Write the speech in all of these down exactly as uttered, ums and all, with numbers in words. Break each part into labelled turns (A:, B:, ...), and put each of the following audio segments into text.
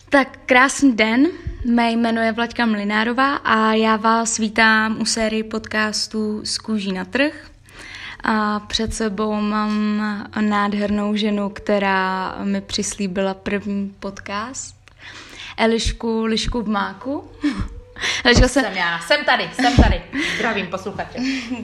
A: Tak krásný den, mé jméno je Vlaďka Mlynárová a já vás vítám u série podcastů Z kůží na trh. A před sebou mám nádhernou ženu, která mi přislíbila první podcast. Elišku, Lišku v máku.
B: Eliška se... Jsem já, jsem tady, jsem tady. Zdravím posluchače.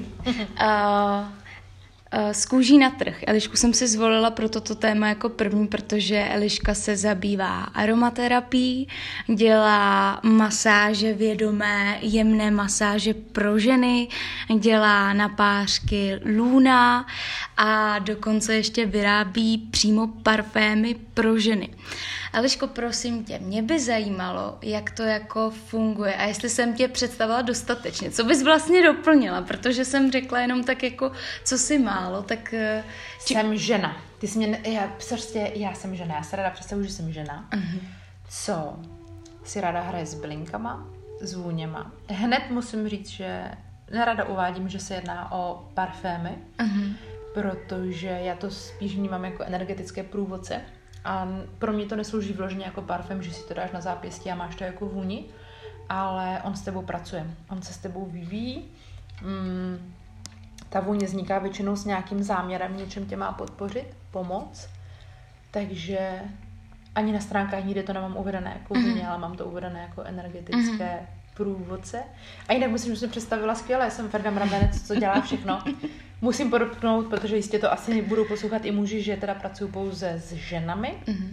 A: uh, Z kůží na trh. Elišku jsem si zvolila pro toto téma jako první, protože Eliška se zabývá aromaterapií, dělá masáže vědomé, jemné masáže pro ženy, dělá napářky Luna a dokonce ještě vyrábí přímo parfémy pro ženy. Eliško, prosím tě, mě by zajímalo, jak to jako funguje a jestli jsem tě představila dostatečně. Co bys vlastně doplnila, protože jsem řekla jenom tak jako, co si málo, tak...
B: Či... Jsem žena. Ty jsi mě... Já, prostě, já jsem žena, já se ráda představuji, že jsem žena. Uh-huh. Co? Si ráda hraje s bylinkama, s vůněma. Hned musím říct, že nerada uvádím, že se jedná o parfémy, uh-huh. protože já to spíš vnímám jako energetické průvodce. A pro mě to neslouží vloženě jako parfém, že si to dáš na zápěstí a máš to jako vůni, ale on s tebou pracuje, on se s tebou vyvíjí. Mm, ta vůně vzniká většinou s nějakým záměrem, něčem tě má podpořit, pomoct, takže ani na stránkách nikde to nemám uvedené jako vůně, mm-hmm. ale mám to uvedené jako energetické mm-hmm. průvodce. A jinak myslím, že jsem představila skvěle, jsem Ferda Mravenec, co dělá všechno. Musím podotknout, protože jistě to asi budou poslouchat i muži, že teda pracuju pouze s ženami. Mm-hmm.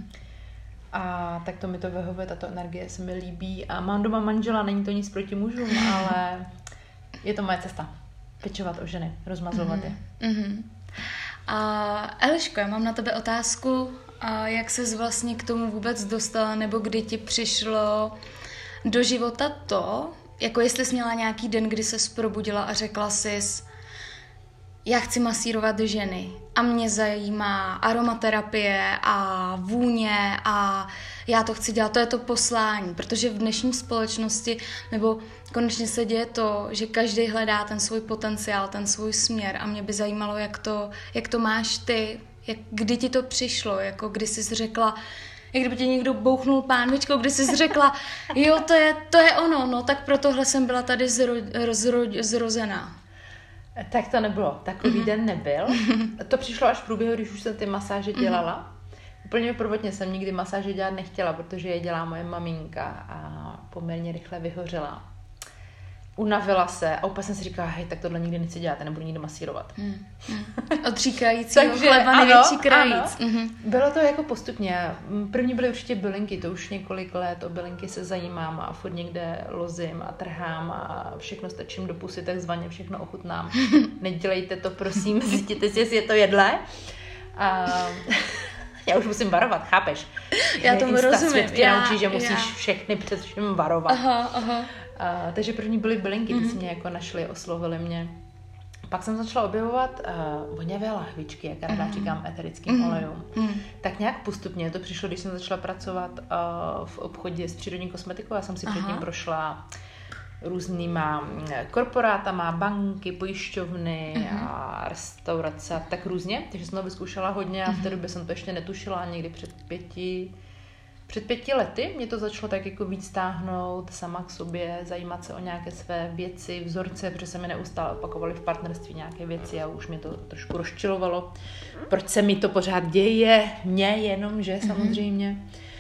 B: A tak to mi to vyhovuje, tato energie se mi líbí. A mám doma manžela, není to nic proti mužům, ale je to moje cesta. Pečovat o ženy, rozmazovat mm-hmm. je.
A: Mm-hmm. A Eliško, já mám na tebe otázku, a jak ses vlastně k tomu vůbec dostala, nebo kdy ti přišlo do života to, jako jestli jsi měla nějaký den, kdy ses probudila a řekla sis, já chci masírovat ženy a mě zajímá aromaterapie a vůně a já to chci dělat, to je to poslání, protože v dnešní společnosti, nebo konečně se děje to, že každý hledá ten svůj potenciál, ten svůj směr a mě by zajímalo, jak to, jak to máš ty, jak, kdy ti to přišlo, jako kdy jsi řekla, jak kdyby tě někdo bouchnul pánvičkou, kdy jsi řekla, jo, to je, to je ono, no tak pro tohle jsem byla tady zro, zro, zrozená.
B: Tak to nebylo. Takový mm-hmm. den nebyl. To přišlo až v průběhu, když už jsem ty masáže dělala. Mm-hmm. Úplně prvotně jsem nikdy masáže dělat nechtěla, protože je dělá moje maminka a poměrně rychle vyhořela. Unavila se a úplně jsem si říkala, hej, tak tohle nikdy nechci dělat, já nebudu nikdy masírovat.
A: Mm. Odříkajícího chleba největší krajíc. Mm-hmm.
B: Bylo to jako postupně. První byly určitě bylinky, to už několik let, o bylinky se zajímám a furt někde lozím a trhám a všechno strčím do pusy, takzvaně všechno ochutnám. Nedělejte to, prosím, zjistěte si, jestli je to jedlé. A... Já už musím varovat, chápeš?
A: Já tomu rozumím.
B: Tě naučí, že musíš já. všechny před všem varovat.
A: Aha, aha.
B: Uh, takže první byly bylinky, ty mm-hmm. si mě jako našly, oslovily mě. Pak jsem začala objevovat uh, voňavé lahvičky, jak ráda mm-hmm. říkám, eterickým mm-hmm. olejům. Mm-hmm. Tak nějak postupně to přišlo, když jsem začala pracovat uh, v obchodě s přírodní kosmetikou. Já jsem si Aha. předtím prošla různýma korporátama, banky, pojišťovny mm-hmm. a restaurace a tak různě. Takže jsem to vyzkoušela hodně a v té době jsem to ještě netušila, někdy před pěti Před pěti lety mě to začalo tak jako víc táhnout sama k sobě, zajímat se o nějaké své věci, vzorce, protože se mi neustále opakovaly v partnerství nějaké věci a už mě to trošku rozčilovalo. Proč se mi to pořád děje? Mně jenom, že samozřejmě.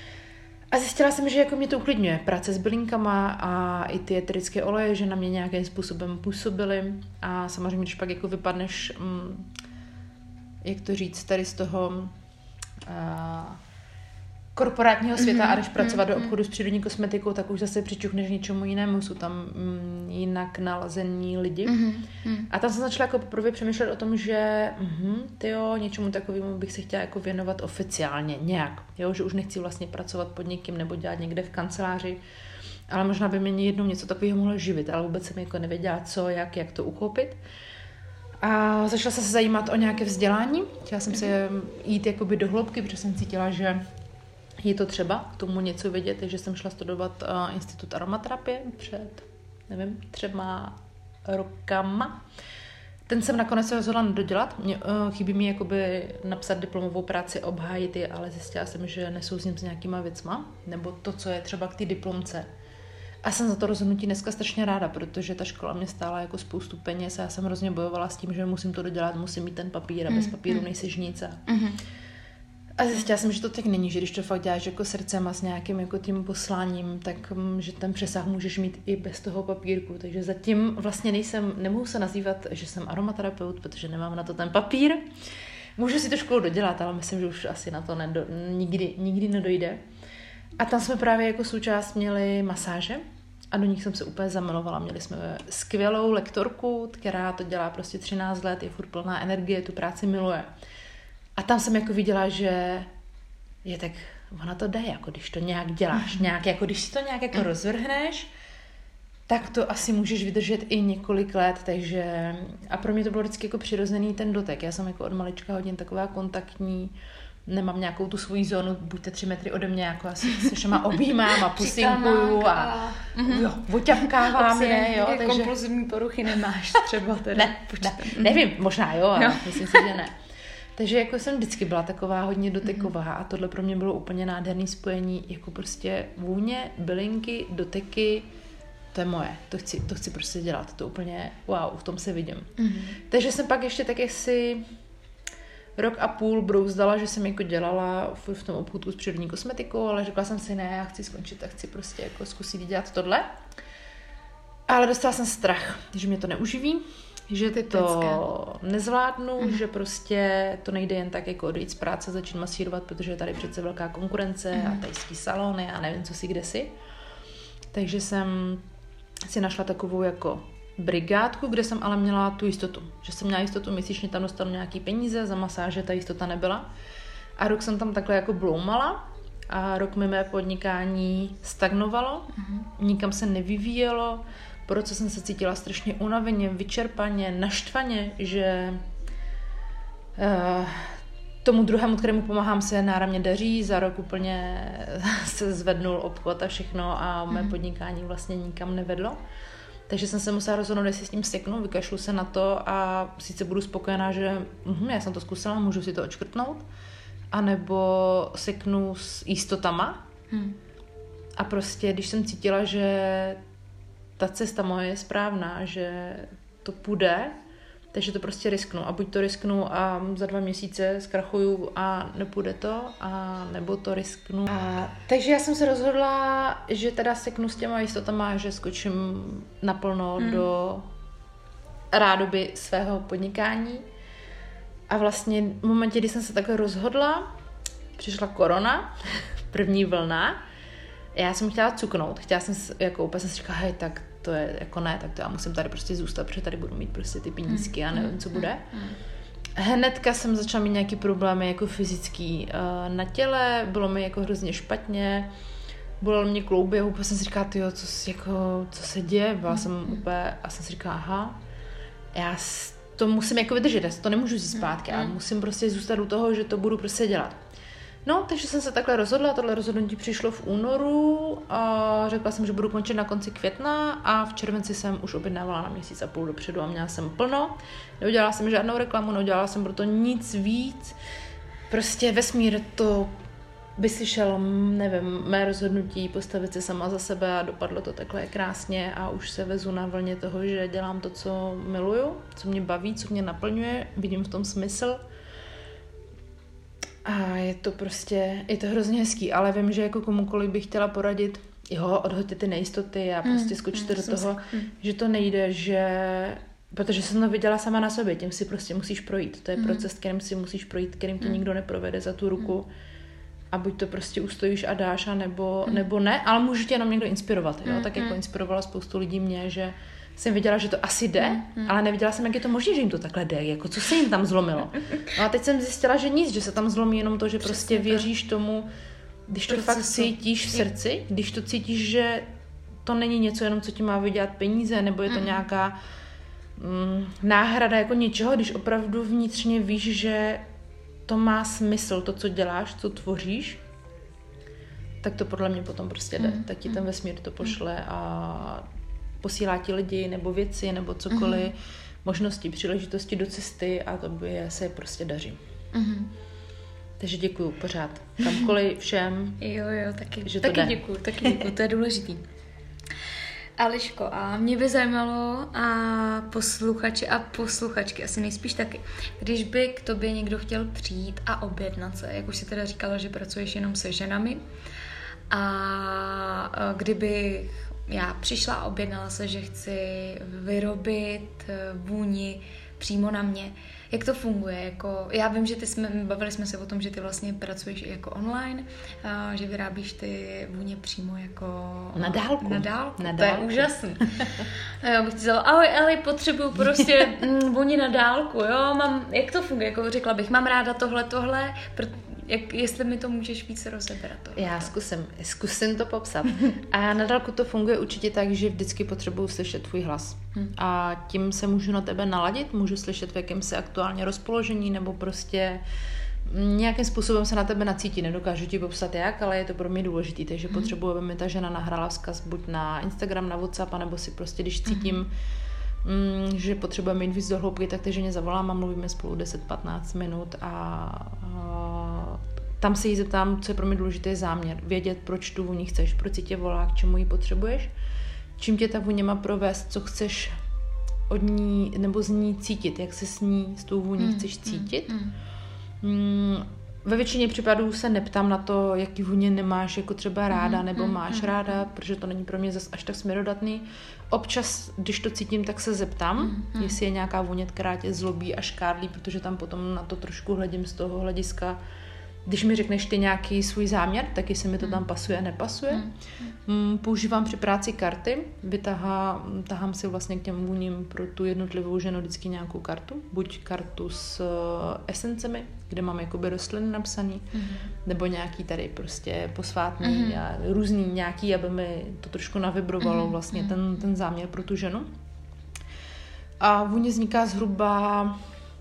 B: A zjistila jsem, že jako mě to uklidňuje. Práce s bylinkama a i ty eterické oleje, že na mě nějakým způsobem působily. A samozřejmě, když pak jako vypadneš, hm, jak to říct, tady z toho... Uh, korporátního světa mm-hmm. a když pracovat mm-hmm. do obchodu s přírodní kosmetikou, tak už zase přičuchneš něčemu jinému, jsou tam mm, jinak nalazení lidi. Mm-hmm. A tam jsem začala jako poprvé přemýšlet o tom, že mm, tyjo, něčemu takovému bych se chtěla jako věnovat oficiálně, nějak. Jo, že už nechci vlastně pracovat pod někým nebo dělat někde v kanceláři, ale možná by mě jednou něco takového mohlo živit, ale vůbec jsem jako nevěděla, co, jak, jak to uchopit. A začala jsem se zajímat o nějaké vzdělání. Chtěla jsem se jít jakoby do hloubky, protože jsem cítila, že je to třeba k tomu něco vědět, takže jsem šla studovat uh, institut aromaterapie před, nevím, třema rokama. ten jsem nakonec se rozhodla nedodělat. Mě, uh, chybí mi jakoby napsat diplomovou práci, obhájit ji, ale zjistila jsem, že nesouzním s nějakýma věcma, nebo to, co je třeba k té diplomce. A jsem za to rozhodnutí dneska strašně ráda, protože ta škola mě stála jako spoustu peněz a já jsem hrozně bojovala s tím, že musím to dodělat, musím mít ten papír a bez papíru nejseš nic. Mm-hmm. A zjistila jsem, že to tak není, že když to fakt děláš jako srdcem a s nějakým jako tím posláním, tak že ten přesah můžeš mít i bez toho papírku. Takže zatím vlastně nejsem, nemohu se nazývat, že jsem aromaterapeut, protože nemám na to ten papír. Můžu si to školu dodělat, ale myslím, že už asi na to nedo, nikdy, nikdy nedojde. A tam jsme právě jako součást měli masáže a do nich jsem se úplně zamilovala. Měli jsme skvělou lektorku, která to dělá prostě třináct let, je furt plná energie, tu práci miluje. A tam jsem jako viděla, že je tak, ona to jde, jako když to nějak děláš, nějak, jako když si to nějak jako rozvrhneš, tak to asi můžeš vydržet i několik let, takže a pro mě to bylo vždycky jako přirozený ten dotek. Já jsem jako od malička hodně taková kontaktní, nemám nějakou tu svoji zónu, buďte tři metry ode mě, jako asi se všema objímám a pusinkuju a jo, oťapkávám je, jo.
A: Takže kompulzivní poruchy nemáš třeba teda.
B: Ne, ne, nevím, možná jo, ale myslím si, že ne. Takže jako jsem vždycky byla taková hodně doteková a tohle pro mě bylo úplně nádherné spojení, jako prostě vůně, bylinky, doteky, to je moje, to chci, to chci prostě dělat, to úplně, wow, v tom se vidím. Mm-hmm. Takže jsem pak ještě tak jestli rok a půl brouzdala, že jsem jako dělala v, v tom obchůdku s přírodní kosmetikou, ale řekla jsem si, ne, já chci skončit a chci prostě jako zkusit dělat tohle. Ale dostala jsem strach, že mě to neuživí, že to nezvládnu, mm. že prostě to nejde jen tak jako odejít z práce, začít masírovat, protože je tady přece velká konkurence mm. a tajský salony a nevím, co si kde si. Takže jsem si našla takovou jako brigádku, kde jsem ale měla tu jistotu. Že jsem měla jistotu, měsíčně tam dostanu nějaký peníze, za masáže ta jistota nebyla. A rok jsem tam takhle jako bloumala a rok mi mé podnikání stagnovalo, mm. nikam se nevyvíjelo, proto jsem se cítila strašně unaveně, vyčerpaně, naštvaně, že uh, tomu druhému, kterému pomáhám, se náramně daří, za rok úplně se zvednul obchod a všechno a mé podnikání vlastně nikam nevedlo. Takže jsem se musela rozhodnout, jestli s tím seknu, vykašlu se na to a sice budu spokojená, že uh, já jsem to zkusila, můžu si to odškrtnout, anebo seknu s jistotama. Hmm. A prostě, když jsem cítila, že ta cesta moje je správná, že to půjde, takže to prostě risknu. A buď to risknu a za dva měsíce zkrachuju a nepůjde to, a nebo to risknu. A, takže já jsem se rozhodla, že teda seknu s těma jistotama, že skočím naplno hmm. do rádoby svého podnikání. A vlastně v momentě, kdy jsem se takhle rozhodla, přišla korona, první vlna. Já jsem chtěla cuknout, chtěla jsem, jako úplně jsem si říkala, hej, tak to je jako ne, tak to já musím tady prostě zůstat, protože tady budu mít prostě ty penízky a nevím, co bude. Hnedka jsem začala mít nějaký problémy jako fyzický na těle, bylo mi jako hrozně špatně, bolel mě klouby a úplně jsem si říkala, tyjo, co, jako, co se děje, byla jsem úplně, a jsem si říkala, aha, já to musím jako vydržet, já to nemůžu zjít zpátky, já musím prostě zůstat u toho, že to budu prostě dělat. No, takže jsem se takhle rozhodla, tohle rozhodnutí přišlo v únoru a řekla jsem, že budu končit na konci května a v červenci jsem už objednávala na měsíc a půl dopředu a měla jsem plno. Neudělala jsem žádnou reklamu, neudělala jsem proto nic víc. Prostě vesmír to vyslyšel, nevím, mé rozhodnutí postavit se sama za sebe a dopadlo to takhle krásně a už se vezu na vlně toho, že dělám to, co miluju, co mě baví, co mě naplňuje, vidím v tom smysl. A je to prostě, je to hrozně hezký, ale vím, že jako komukoliv bych chtěla poradit, jo, odhoďte ty nejistoty a prostě skočte mm, do toho, si, mm. že to nejde, že, protože jsem to viděla sama na sobě, tím si prostě musíš projít, to je mm. proces, kterým si musíš projít, kterým tě mm. nikdo neprovede za tu ruku mm. a buď to prostě ustojíš a dáš, a nebo, mm. nebo ne, ale může tě jenom někdo inspirovat, jo, mm. tak jako inspirovala spoustu lidí mě, že jsem viděla, že to asi jde, mm, mm. ale neviděla jsem, jak je to možné, že jim to takhle jde, jako co se jim tam zlomilo. No a teď jsem zjistila, že nic, že se tam zlomí jenom to, že Přesně prostě tak. věříš tomu, když to Procesu. fakt cítíš v srdci, když to cítíš, že to není něco jenom, co ti má vydělat peníze, nebo je to mm. nějaká mm, náhrada jako něčeho, když opravdu vnitřně víš, že to má smysl, to, co děláš, co tvoříš, tak to podle mě potom prostě jde. Mm. Tak ti ten vesmír to pošle a posílá ti lidi, nebo věci, nebo cokoliv. Mm-hmm. možnosti, příležitosti do cesty a tobě se prostě daří. Mm-hmm. Takže děkuju pořád. Kamkoliv všem.
A: Jo, jo, taky,
B: že
A: taky děkuju, taky děkuju, to je důležitý. Ališko, a mě by zajímalo, a posluchači a posluchačky asi nejspíš taky, když by k tobě někdo chtěl přijít a objednat se, jak už jsi teda říkala, že pracuješ jenom se ženami, a kdyby já přišla a objednala se, že chci vyrobit vůni přímo na mě, jak to funguje? Jako, já vím, že ty jsme, bavili jsme se o tom, že ty vlastně pracuješ i jako online, a že vyrábíš ty vůně přímo jako
B: na dálku.
A: Na dálku.
B: Na
A: to je úžasný. Já bych chtěla, ahoj, ale potřebuju prostě vůni na dálku, jo, mám, jak to funguje? Jako řekla bych, mám ráda tohle, tohle, jak, jestli mi to můžeš víc rozebrat. Tohle.
B: Já zkusím, zkusím to popsat. A na dálku to funguje určitě tak, že vždycky potřebuju slyšet tvůj hlas. Hmm. A tím se můžu na tebe naladit, můžu slyšet, v jakém se aktuálně rozpoložení, nebo prostě nějakým způsobem se na tebe nacítí. Nedokážu ti popsat jak, ale je to pro mě důležitý, takže hmm. potřebuji, aby mi ta žena nahrala vzkaz buď na Instagram, na WhatsApp, nebo si prostě, když cítím, hmm. mm, že potřebujeme jít víc do hloubky, tak té ženě zavolám a mluvíme spolu deset patnáct minut a, a tam se jí zeptám, co je pro mě důležité záměr. Vědět, proč tu vůni chceš, proč si tě volá, k čemu ji potřebuješ, čím tě ta vůně má provést, co chceš od ní, nebo z ní cítit, jak se s ní, s tou vůní mm, chceš cítit. Mm, mm. Ve většině případů se neptám na to, jaký vůně nemáš jako třeba ráda, mm, nebo máš mm, ráda, protože to není pro mě zas až tak směrodatný. Občas, když to cítím, tak se zeptám, mm, jestli je nějaká vůně, která tě zlobí a škádlí, protože tam potom na to trošku hledím z toho hlediska. Když mi řekneš ty nějaký svůj záměr, tak jestli mi to tam pasuje, nepasuje. Mm. Používám při práci karty, vytahám, tahám si vlastně k těm vůním pro tu jednotlivou ženu vždycky nějakou kartu. Buď kartu s uh, esencemi, kde mám jakoby rostliny napsaný, mm. nebo nějaký tady prostě posvátný mm. a různý nějaký, aby mi to trošku navibrovalo mm. vlastně ten, ten záměr pro tu ženu. A vůně vzniká zhruba...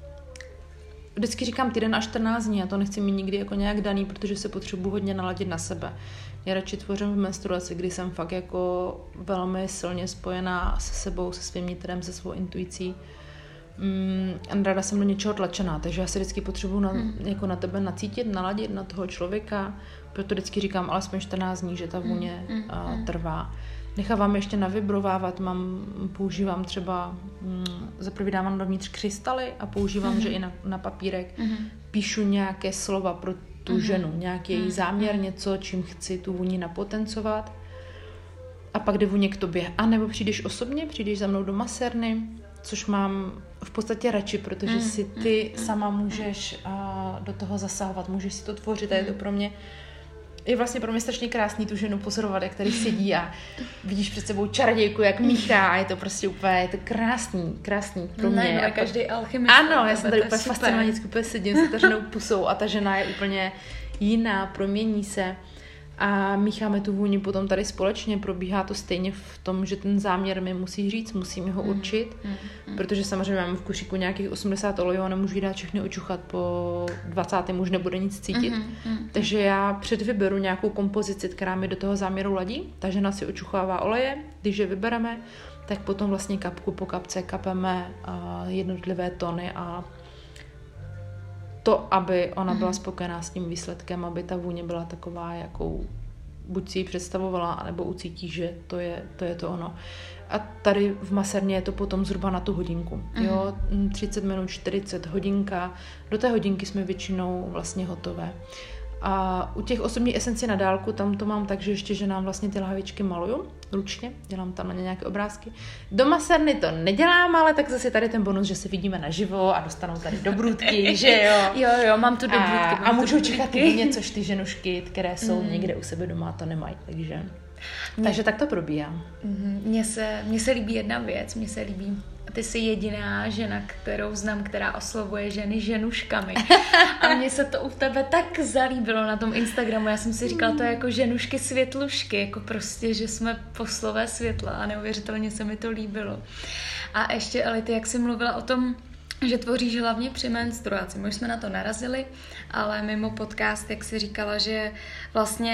B: Vždycky říkám týden až čtrnáct dní a to nechci mít nikdy jako nějak daný, protože se potřebuji hodně naladit na sebe. Já radši tvořím v menstruaci, kdy jsem fakt jako velmi silně spojená se sebou, se svým nitrem, se svou intuicí. Mm, a ráda jsem do něčeho tlačená, takže já se vždycky potřebuji na, mm. jako na tebe nacítit, naladit na toho člověka, proto vždycky říkám alespoň čtrnáct dní, že ta vůně mm. a, trvá. Nechávám ještě navibrovávat, mám, používám třeba, mm, zaprvé dávám dovnitř krystaly a používám, mm-hmm. že i na, na papírek mm-hmm. píšu nějaké slova pro tu mm-hmm. ženu, nějaký její záměr, mm-hmm. něco, čím chci tu vůni napotencovat. A pak jde vůně k tobě. A nebo přijdeš osobně, přijdeš za mnou do masérny, což mám v podstatě radši, protože mm-hmm. si ty sama můžeš uh, do toho zasahovat, můžeš si to tvořit a je to pro mě je vlastně pro mě strašně krásný tu ženu pozorovat, jak tady sedí a vidíš před sebou čarodějku, jak míchá a je to prostě úplně, je to krásný, krásný pro mě.
A: Ne,
B: jako...
A: každý alchymista.
B: Ano, já jsem tady úplně fascinovaná, vždycky úplně sedím s otevřenou pusou a ta žena je úplně jiná, promění se a mícháme tu vůni potom tady společně, probíhá to stejně v tom, že ten záměr mi musí říct, musím ho určit, mm, mm, protože samozřejmě mám v kušíku nějakých osmdesát olejů a nemůžu jí dát všechny očuchat, po dvacátém už nebude nic cítit, mm, mm, takže já předvyberu nějakou kompozici, která mi do toho záměru ladí, ta žena si očuchává oleje, když je vybereme, tak potom vlastně kapku po kapce kapeme uh, jednotlivé tony a to, aby ona byla spokojená s tím výsledkem, aby ta vůně byla taková, jakou buď si ji představovala, anebo ucítí, že to je to, je to ono. A tady v masérně je to potom zhruba na tu hodinku. Jo? třicet minut, čtyřicet, hodinka. Do té hodinky jsme většinou vlastně hotové. A u těch osobních esencí na dálku, tam to mám tak, že ještě, že nám vlastně ty lahvičky maluju ručně, dělám tam na ně nějaké obrázky. Do masérny to nedělám, ale tak zase tady ten bonus, že se vidíme naživo a dostanou tady dobrůdky, že jo?
A: Jo, jo, mám tu dobrůdky.
B: A, a můžu čekat něco, což ty ženušky, které jsou mm. někde u sebe doma, to nemají, takže... Mě, takže tak to probíhá.
A: Mně se, mně se líbí jedna věc, mně se líbí, ty jsi jediná žena, kterou znám, která oslovuje ženy ženuškami. A mně se to u tebe tak zalíbilo na tom Instagramu. Já jsem si říkala, to je jako ženušky světlušky, jako prostě, že jsme poslové světla a neuvěřitelně se mi to líbilo. A ještě, ale ty, jak jsi mluvila o tom, že tvoříš hlavně při menstruaci. My už jsme na to narazili, ale mimo podcast, jak jsi říkala, že vlastně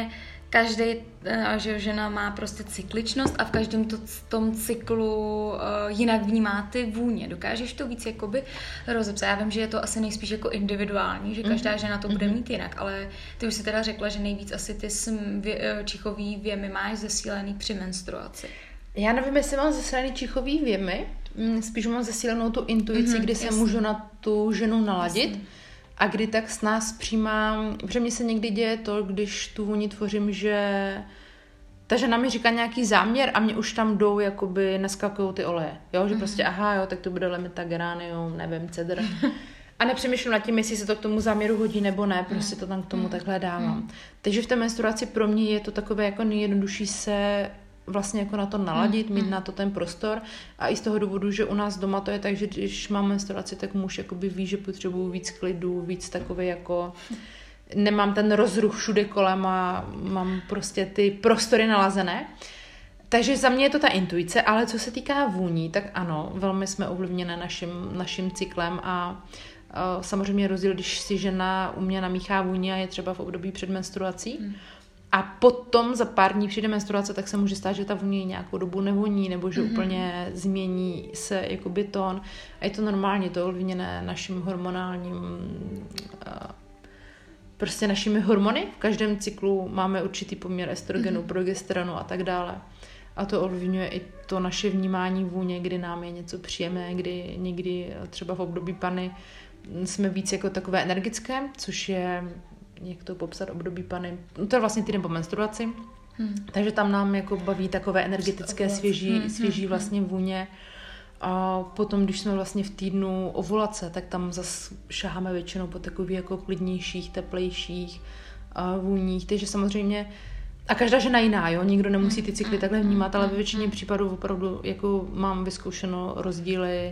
A: každý, že žena má prostě cykličnost a v každém to, tom cyklu uh, jinak vnímá ty vůně. Dokážeš to víc jakoby rozepsat? Já vím, že je to asi nejspíš jako individuální, že každá mm-hmm. žena to bude mít jinak, ale ty už si teda řekla, že nejvíc asi ty vě, čichový věmy máš zesílený při menstruaci.
B: Já nevím, jestli mám zesílený čichový věmy, spíš mám zesílenou tu intuici, mm-hmm, kdy se jasný. můžu na tu ženu naladit. Jasný. A kdy tak s nás přijímám, protože mně se někdy děje to, když tu vůni tvořím, že ta žena mi říká nějaký záměr a mě už tam jdou, jakoby naskakují ty oleje. Jo, že mm-hmm. prostě aha, jo, tak to bude lemita, geranium, nevím, cedr. A nepřemýšlím nad tím, jestli se to k tomu záměru hodí nebo ne, prostě to tam k tomu takhle dávám. Takže v té menstruaci pro mě je to takové jako nejjednodušší se vlastně jako na to naladit, mít na to ten prostor a i z toho důvodu, že u nás doma to je tak, že když mám menstruaci, tak muž jakoby ví, že potřebuju víc klidu, víc takový jako nemám ten rozruch všude kolem a mám prostě ty prostory nalazené. Takže za mě je to ta intuice, ale co se týká vůní, tak ano, velmi jsme ovlivněné naším, naším cyklem a uh, samozřejmě rozdíl, když si žena u mě namíchá vůni a je třeba v období před menstruací, hmm. a potom za pár dní přijde menstruace, tak se může stát, že ta vůně nějakou dobu nevoní, nebo že mm-hmm. úplně změní se jakoby tón. A je to normálně, to ovlivněné naším hormonálním, prostě našimi hormony. V každém cyklu máme určitý poměr estrogenu, mm-hmm. progesteronu a tak dále. A to ovlivňuje i to naše vnímání vůně, kdy nám je něco příjemné, kdy někdy třeba v období pany jsme víc jako takové energické, což je, jak to popsat, období pany, no to je vlastně týden po menstruaci, hmm. takže tam nám jako baví takové energetické, svěží, hmm. svěží vlastně vůně. A potom, když jsme vlastně v týdnu ovulace, tak tam zase šaháme většinou po takových jako klidnějších, teplejších uh, vůních, takže samozřejmě a každá žena jiná, jo, nikdo nemusí ty cykly takhle vnímat, ale ve většině případů opravdu jako mám vyzkoušeno rozdíly,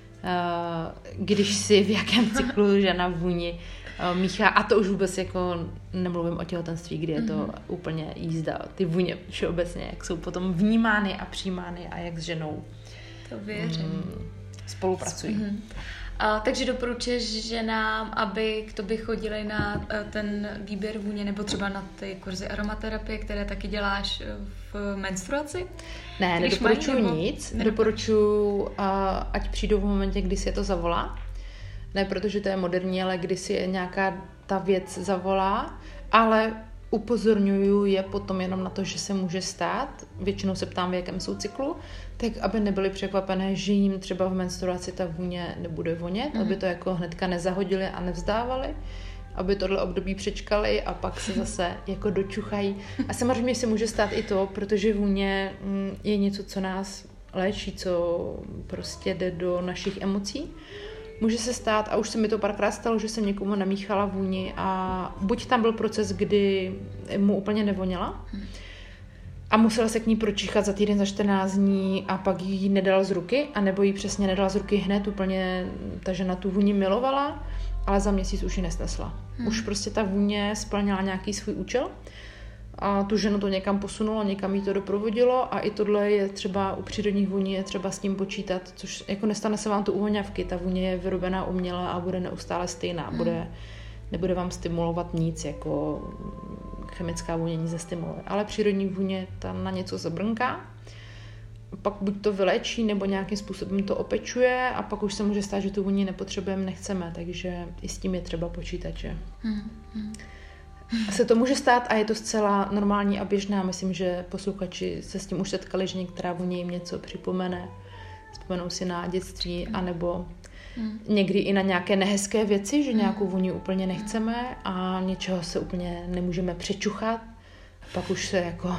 B: uh, když si v jakém cyklu žena vůni míchá, a to už vůbec jako nemluvím o těhotenství, kdy je to mm-hmm. úplně jízda. Ty vůně všeobecně, jak jsou potom vnímány a přijímány a jak s ženou
A: to věřím.
B: Mm, spolupracují. Mm-hmm.
A: A, takže doporučuješ ženám, aby k tobě chodili na ten výběr vůně nebo třeba na ty kurzy aromaterapie, které taky děláš v menstruaci?
B: Ne, když nedoporučuji mají, nebo... nic. Doporučuji, ať přijdou v momentě, kdy si je to zavolá. Ne, protože to je moderní, ale když si je nějaká ta věc zavolá, ale upozorňuju je potom jenom na to, že se může stát, většinou se ptám, v jakém jsou cyklu, tak aby nebyly překvapené, že jim třeba v menstruaci ta vůně nebude vonět, mm. aby to jako hnedka nezahodili a nevzdávali, aby tohle období přečkali a pak se zase jako dočuchají. A samozřejmě se může stát i to, protože vůně je něco, co nás léčí, co prostě jde do našich emocí. Může se stát, a už se mi to párkrát stalo, že jsem někomu namíchala vůni a buď tam byl proces, kdy mu úplně nevoněla a musela se k ní pročíchat za týden, za čtrnáct dní a pak jí nedal z ruky, anebo jí přesně nedala z ruky hned, úplně ta žena tu vůni milovala, ale za měsíc už ji nesnesla. Hmm. Už prostě ta vůně splnila nějaký svůj účel a tu ženu to někam posunulo, někam jí to doprovodilo a i tohle je třeba u přírodních vůní je třeba s tím počítat, což jako nestane se vám to u voňavky, ta vůně je vyrobená uměle a bude neustále stejná, mm. bude, nebude vám stimulovat nic, jako chemická vůně nic nestimuluje, ale přírodní vůně ta na něco zabrnká, pak buď to vylečí, nebo nějakým způsobem to opečuje a pak už se může stát, že tu vůni nepotřebujeme, nechceme, takže i s tím je třeba počítat, že... Mm. Mm. Se to může stát a je to zcela normální a běžná. Myslím, že posluchači se s tím už setkali, že některá vůně jim něco připomene. Vzpomenou si na dětství, anebo mm. někdy i na nějaké nehezké věci, že nějakou vůni úplně nechceme a něčeho se úplně nemůžeme přečuchat. A pak už se jako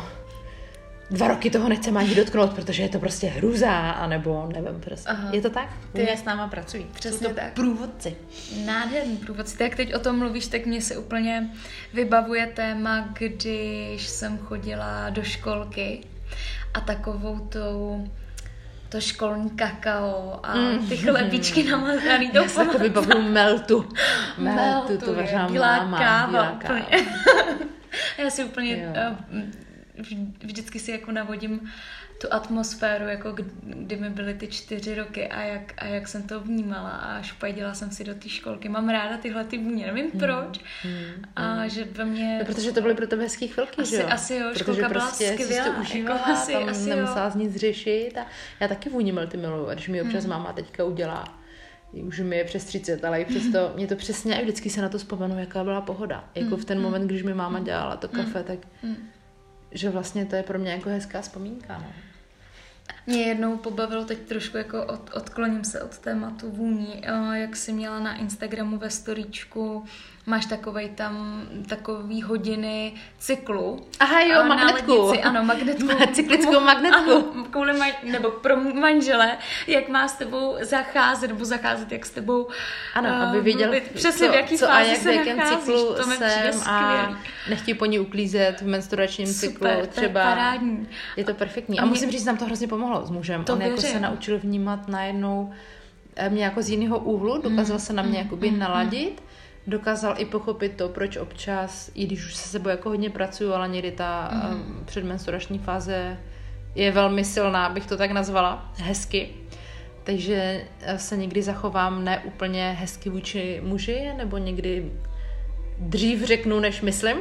B: dva roky toho nechceme ani dotknout, protože je to prostě hrůza, anebo nevím prostě. Aha. Je to tak?
A: Ty s náma pracují.
B: Přesně to tak. Průvodci.
A: Nádherný průvodci. Tak teď o tom mluvíš, tak mě se úplně vybavuje téma, když jsem chodila do školky a takovou tou to školní kakao a ty chlebičky namazaný.
B: Já se jako vybavuju meltu. Meltu, to vařila
A: bílá
B: máma.
A: Káva,
B: bílá káva.
A: Já si úplně... vždycky si jako navodím tu atmosféru, jako kdy, kdy mi byly ty čtyři roky a jak, a jak jsem to vnímala a špajdila jsem si do té školky. Mám ráda tyhle ty vůně, nevím proč. Hmm, hmm, a hmm. že ve mně...
B: No, protože to byly pro tebe hezký chvilky,
A: asi,
B: že jo?
A: Asi jo,
B: protože
A: školka
B: prostě
A: byla skvělá.
B: Protože prostě jako asi, tam asi nemusela z nic řešit a já taky vůni multi miluju. A když mi občas hmm. máma teďka udělá, už mi je přes třicet, ale i přesto mě to přesně, a vždycky se na to vzpomenu, jaká byla pohoda. Jako v ten moment, když mi máma dělala to kafe, tak že vlastně to je pro mě jako hezká vzpomínka. No.
A: Mě jednou pobavilo, teď trošku jako od, odkloním se od tématu vůní, jak jsi měla na Instagramu ve storíčku, máš takovej tam takový hodiny cyklu.
B: Aha jo, magnetku.
A: Lednici, ano, magnetku.
B: Cyklickou magnetku.
A: Ano, kvůli man, nebo pro manžele, jak má s tebou zacházet, nebo zacházet, jak s tebou.
B: Ano, uh, aby viděl,
A: přesně
B: co,
A: v jaký
B: co
A: fázi
B: a jak
A: se
B: v jakém
A: nacházíš.
B: cyklu
A: to
B: jsem a nechtějí po ní uklízet v menstruačním
A: super,
B: cyklu.
A: To
B: třeba.
A: Je parádní.
B: Je to perfektní. A, a mě, musím říct, nám to hrozně pomohlo s mužem. On jako se naučil vnímat najednou mě jako z jiného úhlu, dokázal mm, se na mě mm, jakoby mm, naladit. Dokázal i pochopit to, proč občas, i když už se sebou jako hodně pracuju, ale někdy ta mm. předmenstruační fáze je velmi silná, bych to tak nazvala, hezky. Takže se někdy zachovám ne úplně hezky vůči muži, nebo někdy dřív řeknu, než myslím.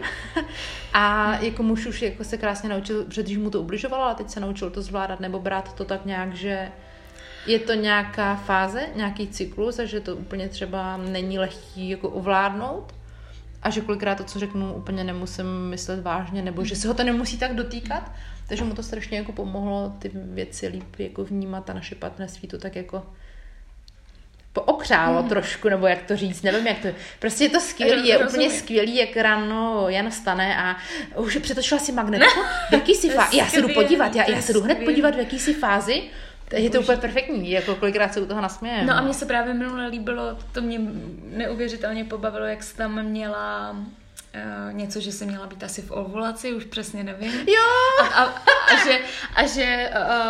B: A jako muž už jako se krásně naučil, protože dřív mu to ubližovalo, ale teď se naučil to zvládat nebo brát to tak nějak, že je to nějaká fáze, nějaký cyklus a že to úplně třeba není lehký jako ovládnout a že kolikrát to, co řeknu, úplně nemusím myslet vážně nebo že se ho to nemusí tak dotýkat, takže mu to strašně jako pomohlo ty věci líp jako vnímat a naše partnerství to tak jako pookřálo hmm. trošku, nebo jak to říct, nevím jak to je. Prostě je to skvělý, je úplně skvělý, jak ráno Jan vstane a už přetočila si magnetku, v jaký si fázi, já se jdu podívat, já, já se jdu hned podívat, v jaký si fázi. Je to úplně perfektní, jako kolikrát se u toho nasměje.
A: No a mně se právě minule líbilo, to mě neuvěřitelně pobavilo, jak jsi tam měla uh, něco, že jsi měla být asi v ovulaci, už přesně nevím.
B: Jo!
A: A, a, a že... A, že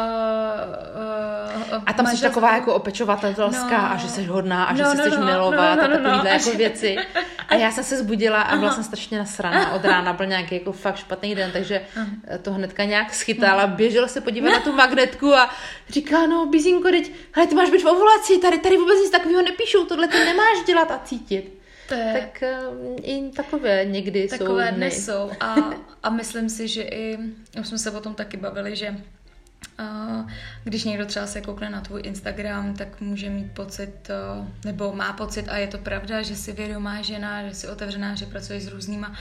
A: uh, uh,
B: a tam jsi taková to... jako opečovatelská no, a že jsi hodná a že no, si no, chceš no, milovat no, no, no, a takovýhle no, jako věci. A já jsem se zbudila a byla jsem strašně nasraná od rána, byl nějaký jako fakt špatný den, takže to hnedka nějak schytala, běžela se podívat na tu magnetku a říká, no Bizinko, teď, hele, ty máš být v ovulaci, tady, tady vůbec nic takového nepíšou, tohle ty nemáš dělat a cítit. To je... Tak uh, i takové někdy
A: takové
B: jsou. Takové
A: dny jsou a, a myslím si, že i, už jsme se o tom taky bavili, že uh, když někdo třeba se koukne na tvůj Instagram, tak může mít pocit, uh, nebo má pocit a je to pravda, že jsi vědomá žena, že jsi otevřená, že pracuješ s různýma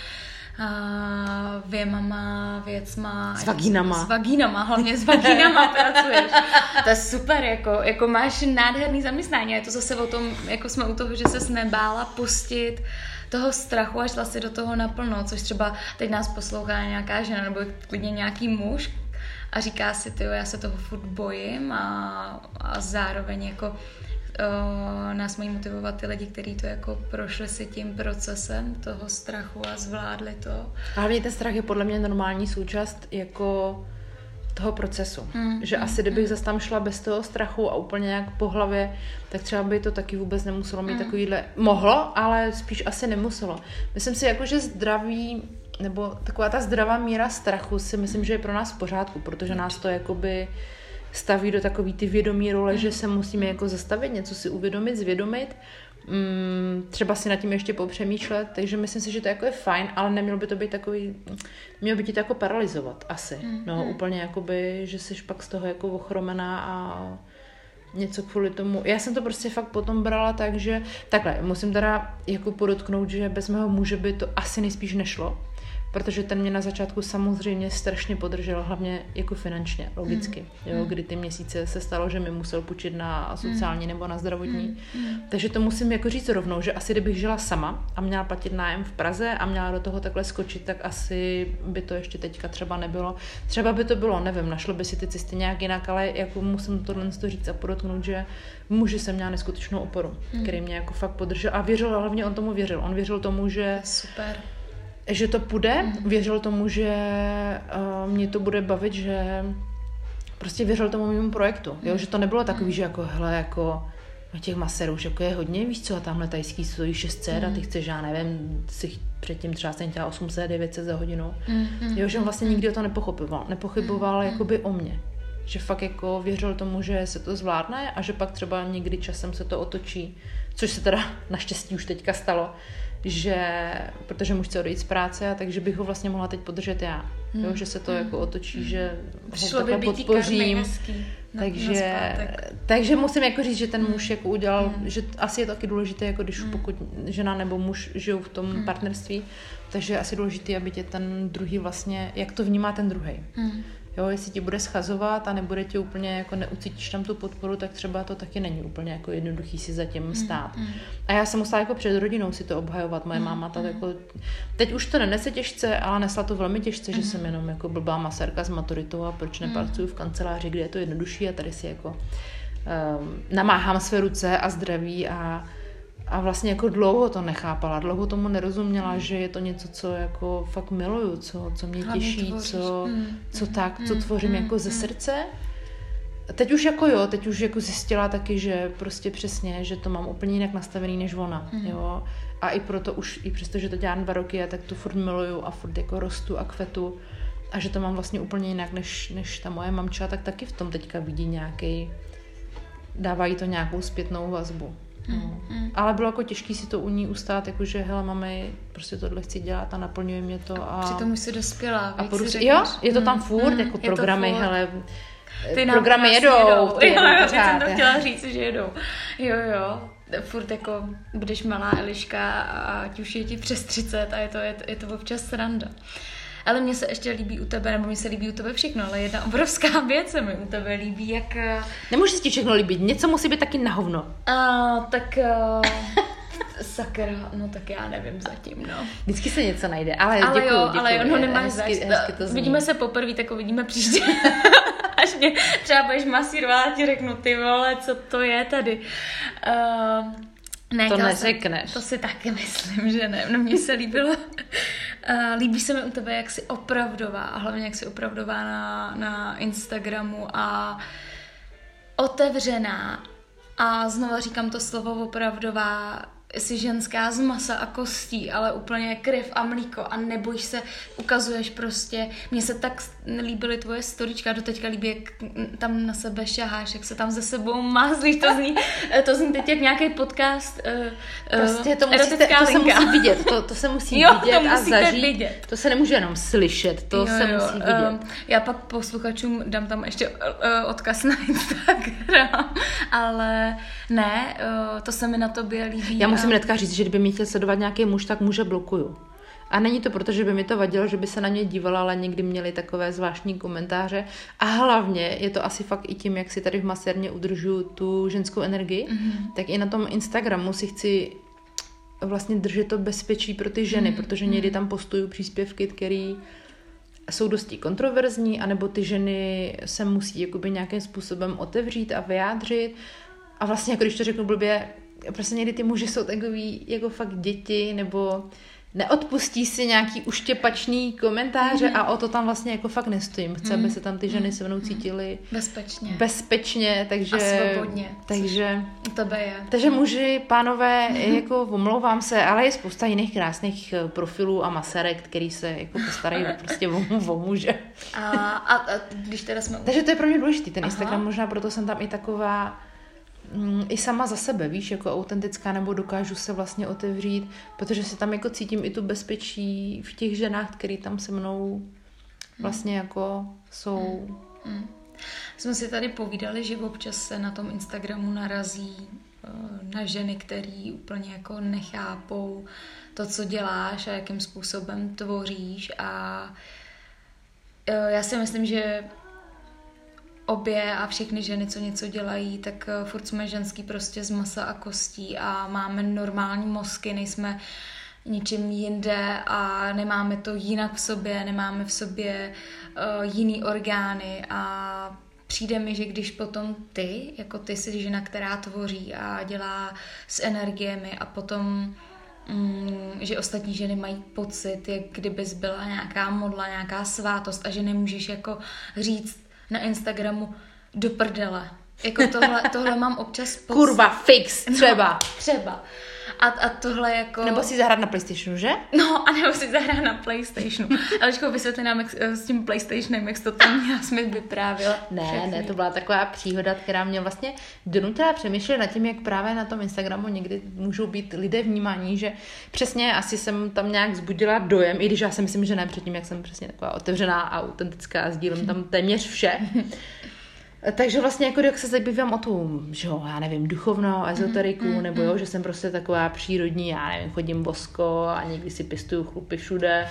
A: Uh, věmama, věcma.
B: S vagínama.
A: S vagínama, hlavně s vagínama pracuješ. To je super, jako, jako máš nádherný zaměstnání. Je to zase o tom, jako jsme u toho, že ses nebála pustit toho strachu a šla si do toho naplno, což třeba teď nás poslouchá nějaká žena nebo klidně nějaký muž a říká si, tyjo, já se toho furt bojím a, a zároveň jako Uh, nás mají motivovat ty lidi, kteří to jako prošli si tím procesem toho strachu a zvládli to.
B: A hlavně ten strach je podle mě normální součást jako toho procesu. Mm, že mm, asi kdybych mm. zase tam šla bez toho strachu a úplně nějak po hlavě, tak třeba by to taky vůbec nemuselo mít mm. takovýhle. Mohlo, ale spíš asi nemuselo. Myslím si jako, že zdraví nebo taková ta zdravá míra strachu si myslím, že je pro nás v pořádku, protože nás to jakoby staví do takový ty vědomí role, mm. že se musíme jako zastavit, něco si uvědomit, zvědomit, mm, třeba si nad tím ještě popřemýšlet, takže myslím si, že to jako je fajn, ale nemělo by to být takový, mělo by ti to jako paralyzovat asi, mm. no úplně jakoby, že jsi pak z toho jako ochromená a něco kvůli tomu, já jsem to prostě fakt potom brala tak, že takhle, musím teda jako podotknout, že bez mého muže by to asi nejspíš nešlo, protože ten mě na začátku samozřejmě strašně podržel, hlavně jako finančně, logicky, mm. jo, kdy ty měsíce se stalo, že mi musel půjčit na sociální mm. nebo na zdravotní. Mm. Takže to musím jako říct rovnou, že asi kdybych žila sama a měla platit nájem v Praze a měla do toho takhle skočit, tak asi by to ještě teďka třeba nebylo. Třeba by to bylo, nevím, našlo by si ty cesty nějak jinak, ale jako musím tohle říct a podotknout, že muži jsem měla neskutečnou oporu, mm. který mě jako fakt podržel a věřil, hlavně on tomu věřil. On věřil tomu, že
A: super.
B: že to půjde, mm. věřil tomu, že uh, mě to bude bavit, že prostě věřil tomu mému projektu, jo? Že to nebylo takový, že jako hele, jako těch maserů už jako je hodně, víš co, a tamhle tajský stojí šest set mm. a ty chceš, já nevím, si předtím třeba jsem dělala osm set, devět set za hodinu. Mm. Jo, že on vlastně nikdy o to nepochyboval. Nepochyboval mm. jakoby o mě. Že fakt jako věřil tomu, že se to zvládne a že pak třeba někdy časem se to otočí, což se teda naštěstí už teďka stalo, že, protože muž chce odejít z práce, a takže bych ho vlastně mohla teď podržet já. Hmm. Jo, že se to hmm. jako otočí, hmm. že ho takhle podpořím. Hezký, takže, takže musím jako říct, že ten muž jako udělal, hmm. že asi je to taky důležité, jako když hmm. pokud žena nebo muž žijou v tom hmm. partnerství, takže je asi důležité, aby tě ten druhý vlastně, jak to vnímá ten druhý. Hmm. Jo, jestli ti bude schazovat a nebude ti úplně, jako neucítíš tam tu podporu, tak třeba to taky není úplně jako jednoduchý si za tím stát. Mm, mm. A já jsem musela jako před rodinou si to obhajovat. Moje mm, máma ta mm. jako, teď už to nenese těžce, ale nesla to velmi těžce, mm. že jsem jenom jako blbá masérka s maturitou a proč nepracuju v kanceláři, kde je to jednodušší a tady si jako um, namáhám své ruce a zdraví a A vlastně jako dlouho to nechápala, dlouho tomu nerozuměla, že je to něco, co jako fakt miluju, co, co mě těší, co, mm, co tak, mm, co tvořím mm, jako ze mm. srdce. Teď už jako jo, teď už jako zjistila taky, že prostě přesně, že to mám úplně jinak nastavený než ona, mm. jo. A i proto už, i přesto, že to dělám dva roky, tak to furt miluju a furt jako rostu a kvetu. A že to mám vlastně úplně jinak než, než ta moje mamča, tak taky v tom teďka vidí nějaký, dávají to nějakou zpětnou vazbu. No. Mm, mm. Ale bylo jako těžké si to u ní ustát, jakože hele mami, prostě tohle chci dělat a naplňuje mě to. A,
A: a přitom už jsi dospělá.
B: A porus... Jo, je to tam furt, mm, jako programy, furt. Hele, ty programy jedou. jedou.
A: Ty jo, jo, teď jsem to chtěla říct, že jedou. Jo, jo, furt jako budeš malá Eliška a ať už je ti přes třicet a je to, je to, je to občas sranda. Ale mně se ještě líbí u tebe, nebo mně se líbí u tebe všechno, ale jedna obrovská věc se mi u tebe líbí, jak...
B: Nemůže si ti všechno líbit, něco musí být taky na hovno.
A: A, tak... Uh, sakra, no tak já nevím zatím, no.
B: Vždycky se něco najde, ale, ale děkuju,
A: jo,
B: děkuju.
A: Ale jo, no nemáš zač. Vidíme se poprvé, tak uvidíme příště. Až mě třeba budeš masírovat, já ti řeknu, ty vole, co to je tady. Uh, ne,
B: to neřekneš.
A: Jsem, to si taky myslím, že ne. No mně se líbilo. Uh, líbí se mi u tebe, jak jsi opravdová a hlavně jak jsi opravdová na, na Instagramu a otevřená a znova říkám to slovo opravdová, jsi ženská z masa a kostí, ale úplně krev a mlíko a nebojíš se, ukazuješ prostě. Mně se tak líbily tvoje storička, doteďka líbí, jak tam na sebe šaháš, jak se tam ze sebou mázlíš, to zní, to zní teď jak nějaký podcast,
B: prostě to, musíte, to se musí vidět, to, to se musí
A: jo,
B: vidět
A: to
B: a zažít,
A: vidět.
B: To se nemůže jenom slyšet, to jo, se jo, musí vidět. Um,
A: já pak posluchačům dám tam ještě uh, odkaz na Instagram, ale ne, uh, to se mi na tobě líbí.
B: Já musím hnedka říct, že kdyby mě chtěl sledovat nějaký muž, tak muže blokuju. A není to proto, že by mi to vadilo, že by se na mě dívala, ale někdy měli takové zvláštní komentáře. A hlavně je to asi fakt i tím, jak si tady v masérně udržuju tu ženskou energii, mm-hmm. tak i na tom Instagramu si chci vlastně držet to bezpečí pro ty ženy, mm-hmm. protože někdy tam postuju příspěvky, které jsou dosti kontroverzní, anebo ty ženy se musí jakoby nějakým způsobem otevřít a vyjádřit. A vlastně, jako když to řeknu blbě, prostě někdy ty muži jsou takový jako fakt děti, nebo neodpustí si nějaký uštěpačný komentáře mm. a o to tam vlastně jako fakt nestojím. Chci, mm. aby se tam ty ženy se mnou cítily
A: bezpečně.
B: Bezpečně, takže...
A: A svobodně.
B: Takže...
A: U tebe je.
B: Takže muži, pánové, mm. jako omlouvám se, ale je spousta jiných krásných profilů a masérek, který se jako postarají prostě o, o muže.
A: A, a, a když teda jsme...
B: Takže to je pro mě důležitý, ten Instagram, Aha. možná proto jsem tam i taková i sama za sebe, víš, jako autentická, nebo dokážu se vlastně otevřít, protože si tam jako cítím i tu bezpečí v těch ženách, které tam se mnou vlastně jako jsou.
A: Hmm. Hmm. Jsme si tady povídali, že občas se na tom Instagramu narazí na ženy, který úplně jako nechápou to, co děláš a jakým způsobem tvoříš a já si myslím, že obě a všechny ženy, co něco dělají, tak furt jsme ženský prostě z masa a kostí a máme normální mozky, nejsme ničím jinde a nemáme to jinak v sobě, nemáme v sobě uh, jiný orgány a přijde mi, že když potom ty, jako ty jsi žena, která tvoří a dělá s energiemi a potom Mm, že ostatní ženy mají pocit, jak kdybys byla nějaká modla, nějaká svátost a že nemůžeš jako říct na Instagramu do prdele. Jako tohle, tohle mám občas... Pos...
B: Kurva, fix, třeba.
A: No, třeba. A, a tohle jako...
B: Nebo si zahrát na PlayStationu, že?
A: No, a nebo si zahrát na PlayStationu. Alečko, vysvětli nám jak, s tím PlayStationem, jak jsi to tam měla, jsi mi vyprávěla.
B: Ne,
A: všechny.
B: ne, to byla taková příhoda, která mě vlastně donutila přemýšlet nad tím, jak právě na tom Instagramu někdy můžou být lidé vnímaní, že přesně asi jsem tam nějak vzbudila dojem, i když já si myslím, že ne předtím, jak jsem přesně taková otevřená a autentická a sdílím tam téměř vše. Takže vlastně jako jak se zabývám o tu, že jo, já nevím, duchovnou ezoteriku, mm, mm, nebo jo, že jsem prostě taková přírodní, já nevím, chodím bosko a někdy si pěstuju chlupy všude.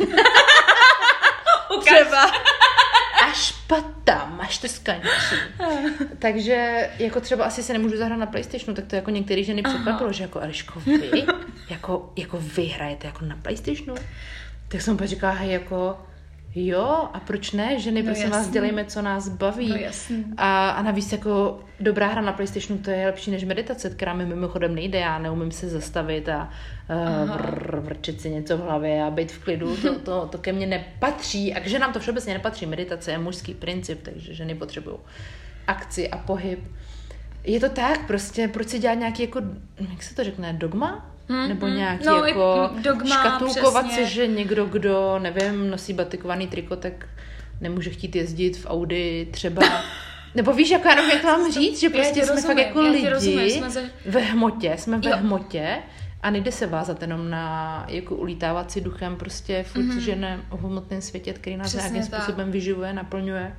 B: Třeba. Až patam, až to skončí. Takže jako třeba asi se nemůžu zahrát na PlayStationu, tak to jako některé ženy překvapilo, že jako Eliško, vy, jako, jako vy hrajete jako na PlayStationu? Tak jsem pak říkala, hej, jako... Jo, a proč ne? Ženy, no prosím vás, dělejme, co nás baví.
A: No jasný.
B: A, a navíc jako dobrá hra na PlayStationu, to je lepší než meditace, která mi mimochodem nejde. Já neumím se zastavit a uh, vrr, vrčet si něco v hlavě a být v klidu. To, to, to ke mně nepatří. A k ženám to všeobecně nepatří. Meditace je mužský princip, takže ženy potřebují akci a pohyb. Je to tak, prostě, proč si dělat nějaký jako, jak se to řekne, dogma? Hmm, nebo nějaký
A: no,
B: jako
A: dogma,
B: škatulkovat
A: přesně.
B: se, že někdo, kdo, nevím, nosí batikovaný triko, tak nemůže chtít jezdit v Audi třeba. Nebo víš, jako já nevím, jak to mám říct, že prostě jsme
A: rozumím,
B: fakt jako lidi
A: rozumím, za...
B: ve hmotě, jsme ve
A: jo.
B: hmotě a nejde se vázat jenom na jako ulítávat si duchem prostě furt mm-hmm. žene v hmotném světě, který nás
A: přesně
B: nějakým
A: tak.
B: způsobem vyživuje, naplňuje.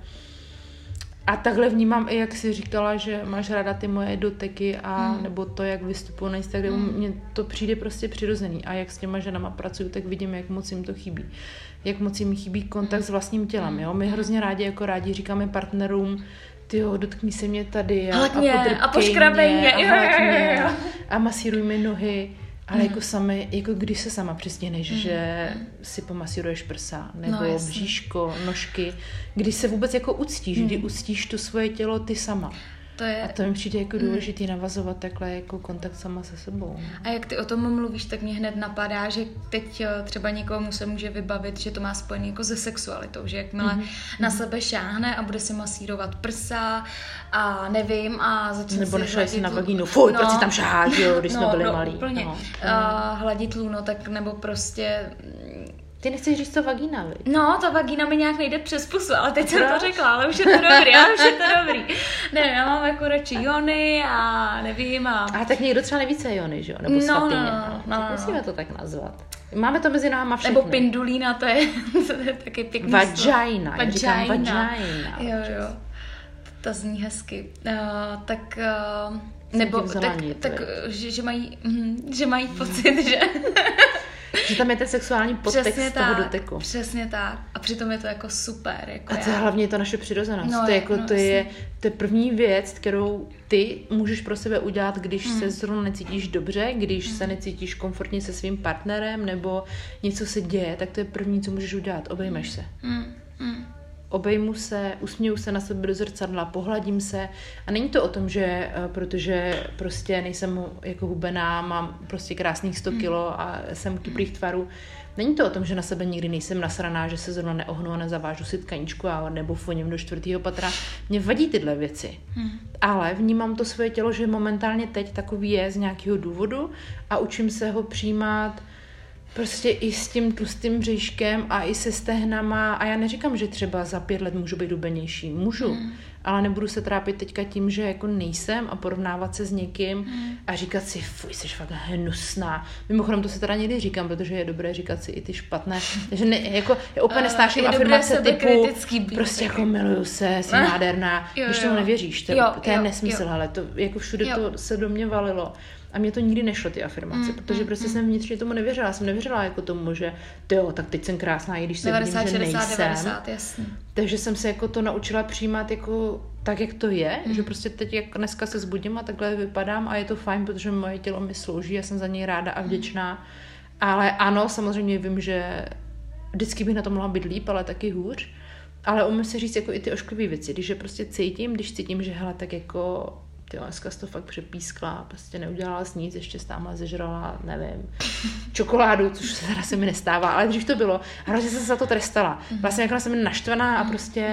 B: A takhle vnímám i, jak jsi říkala, že máš ráda ty moje doteky a mm. nebo to, jak vystupuji na Instagramu, mm. mně to přijde prostě přirozený. A jak s těma ženama pracuju, tak vidím, jak moc jim to chybí. Jak moc jim chybí kontakt s vlastním tělem. Jo? My hrozně rádi, jako rádi říkáme partnerům, tyjo, dotkni se mě tady a,
A: Hladně,
B: a,
A: a poškrabej mě
B: a,
A: jo, jo, jo, jo.
B: a masíruj mi nohy. Ale mm. jako sami, jako když se sama přistihneš, mm. že si pomasíruješ prsa, nebo no, bříško, nožky, když se vůbec jako uctíš, mm. kdy uctíš to svoje tělo ty sama.
A: To je...
B: A to mi přijde jako důležitý mm. navazovat takhle jako kontakt sama se sebou.
A: A jak ty o tom mluvíš, tak mě hned napadá, že teď třeba někomu se může vybavit, že to má spojený jako se sexualitou, že jakmile mm. na sebe šáhne a bude si masírovat prsa a nevím a začne
B: nebo
A: si
B: nešla si na
A: lú...
B: vagínu, fuj,
A: no,
B: proč si tam šáhat, jo, když
A: no,
B: jsme byli
A: no,
B: malí.
A: Úplně.
B: No.
A: A hladit lůno, tak nebo prostě...
B: Ty nechceš říct to vagína, viď?
A: No, ta vagína mi nějak nejde přes pusu, ale teď jsem to řekla, ale už je to dobrý, ale už je to dobrý. Ne, já mám jako radši jony a nevím a...
B: A tak někdo třeba nevíce jony, že jo? Nebo svatyně.
A: No, no, no, no,
B: musíme to tak nazvat. Máme to mezi náma všechny.
A: Nebo pindulína, to je, to je taky pěkný
B: vagina, já říkám vagina.
A: Jo, jo, to zní hezky. Uh, tak... Uh, nebo tak, tak že, že, mají, hm, že mají pocit, že...
B: Že tam je ten sexuální podtext
A: přesně
B: toho
A: tak,
B: doteku.
A: Přesně tak. A přitom je to jako super. Jako
B: a to je hlavně to naše přirozenost.
A: No,
B: to, je jako,
A: no,
B: to, je, to je první věc, kterou ty můžeš pro sebe udělat, když mm. se zrovna necítíš dobře, když mm. se necítíš komfortně se svým partnerem, nebo něco se děje, tak to je první, co můžeš udělat. Obejmeš se.
A: Mm. Mm.
B: Obejmu se, usměju se na sebe do zrcadla, pohladím se a není to o tom, že protože prostě nejsem jako hubená, mám prostě krásných sto kilo a jsem kyprých tvarů. Není to o tom, že na sebe nikdy nejsem nasraná, že se zrovna neohnu a nezavážu si tkaničku a nebo foním do čtvrtého patra. Mně vadí tyhle věci. Hmm. Ale vnímám to svoje tělo, že momentálně teď takový je z nějakého důvodu a učím se ho přijímat prostě i s tím tlustým bříškem a i se stehnama a já neříkám, že třeba za pět let můžu být hubenější. Můžu, mm. ale nebudu se trápit teďka tím, že jako nejsem a porovnávat se s někým mm. a říkat si, fuj, jsi fakt hnusná. Mimochodem to se teda někdy říkám, protože je dobré říkat si i ty špatné. Takže ne, jako, já úplně nesnáším uh, afirmace typu, prostě jako miluju se, jsi nádherná, jo, když tomu nevěříš. To,
A: jo,
B: to je
A: jo,
B: nesmysl,
A: jo.
B: ale to jako všude
A: jo.
B: to se do mě valilo. A mě to nikdy nešlo, ty afirmace, mm, protože prostě mm, jsem vnitřně tomu nevěřila. Jsem nevěřila jako tomu, že tyjo, tak teď jsem krásná, i když se vidím, že nejsem.
A: devadesát, jasný.
B: Takže jsem se jako to naučila přijímat jako tak, jak to je,
A: mm.
B: že prostě teď jak dneska se zbudím a takhle vypadám a je to fajn, protože moje tělo mi slouží, já jsem za něj ráda a vděčná. Ale ano, samozřejmě vím, že vždycky bych na to mohla být líp, ale taky hůř. Ale umím si říct jako i ty ošklivé věci, když je prostě cítím, když cítím, že hele, tak jako ty dneska jsi to fakt přepískla, prostě neudělala jsi nic, ještě stáma zežrala, nevím, čokoládu, což se teda se mi nestává, ale dřív to bylo. A hrozně jsem se za to trestala. Vlastně jako jsem naštvaná a prostě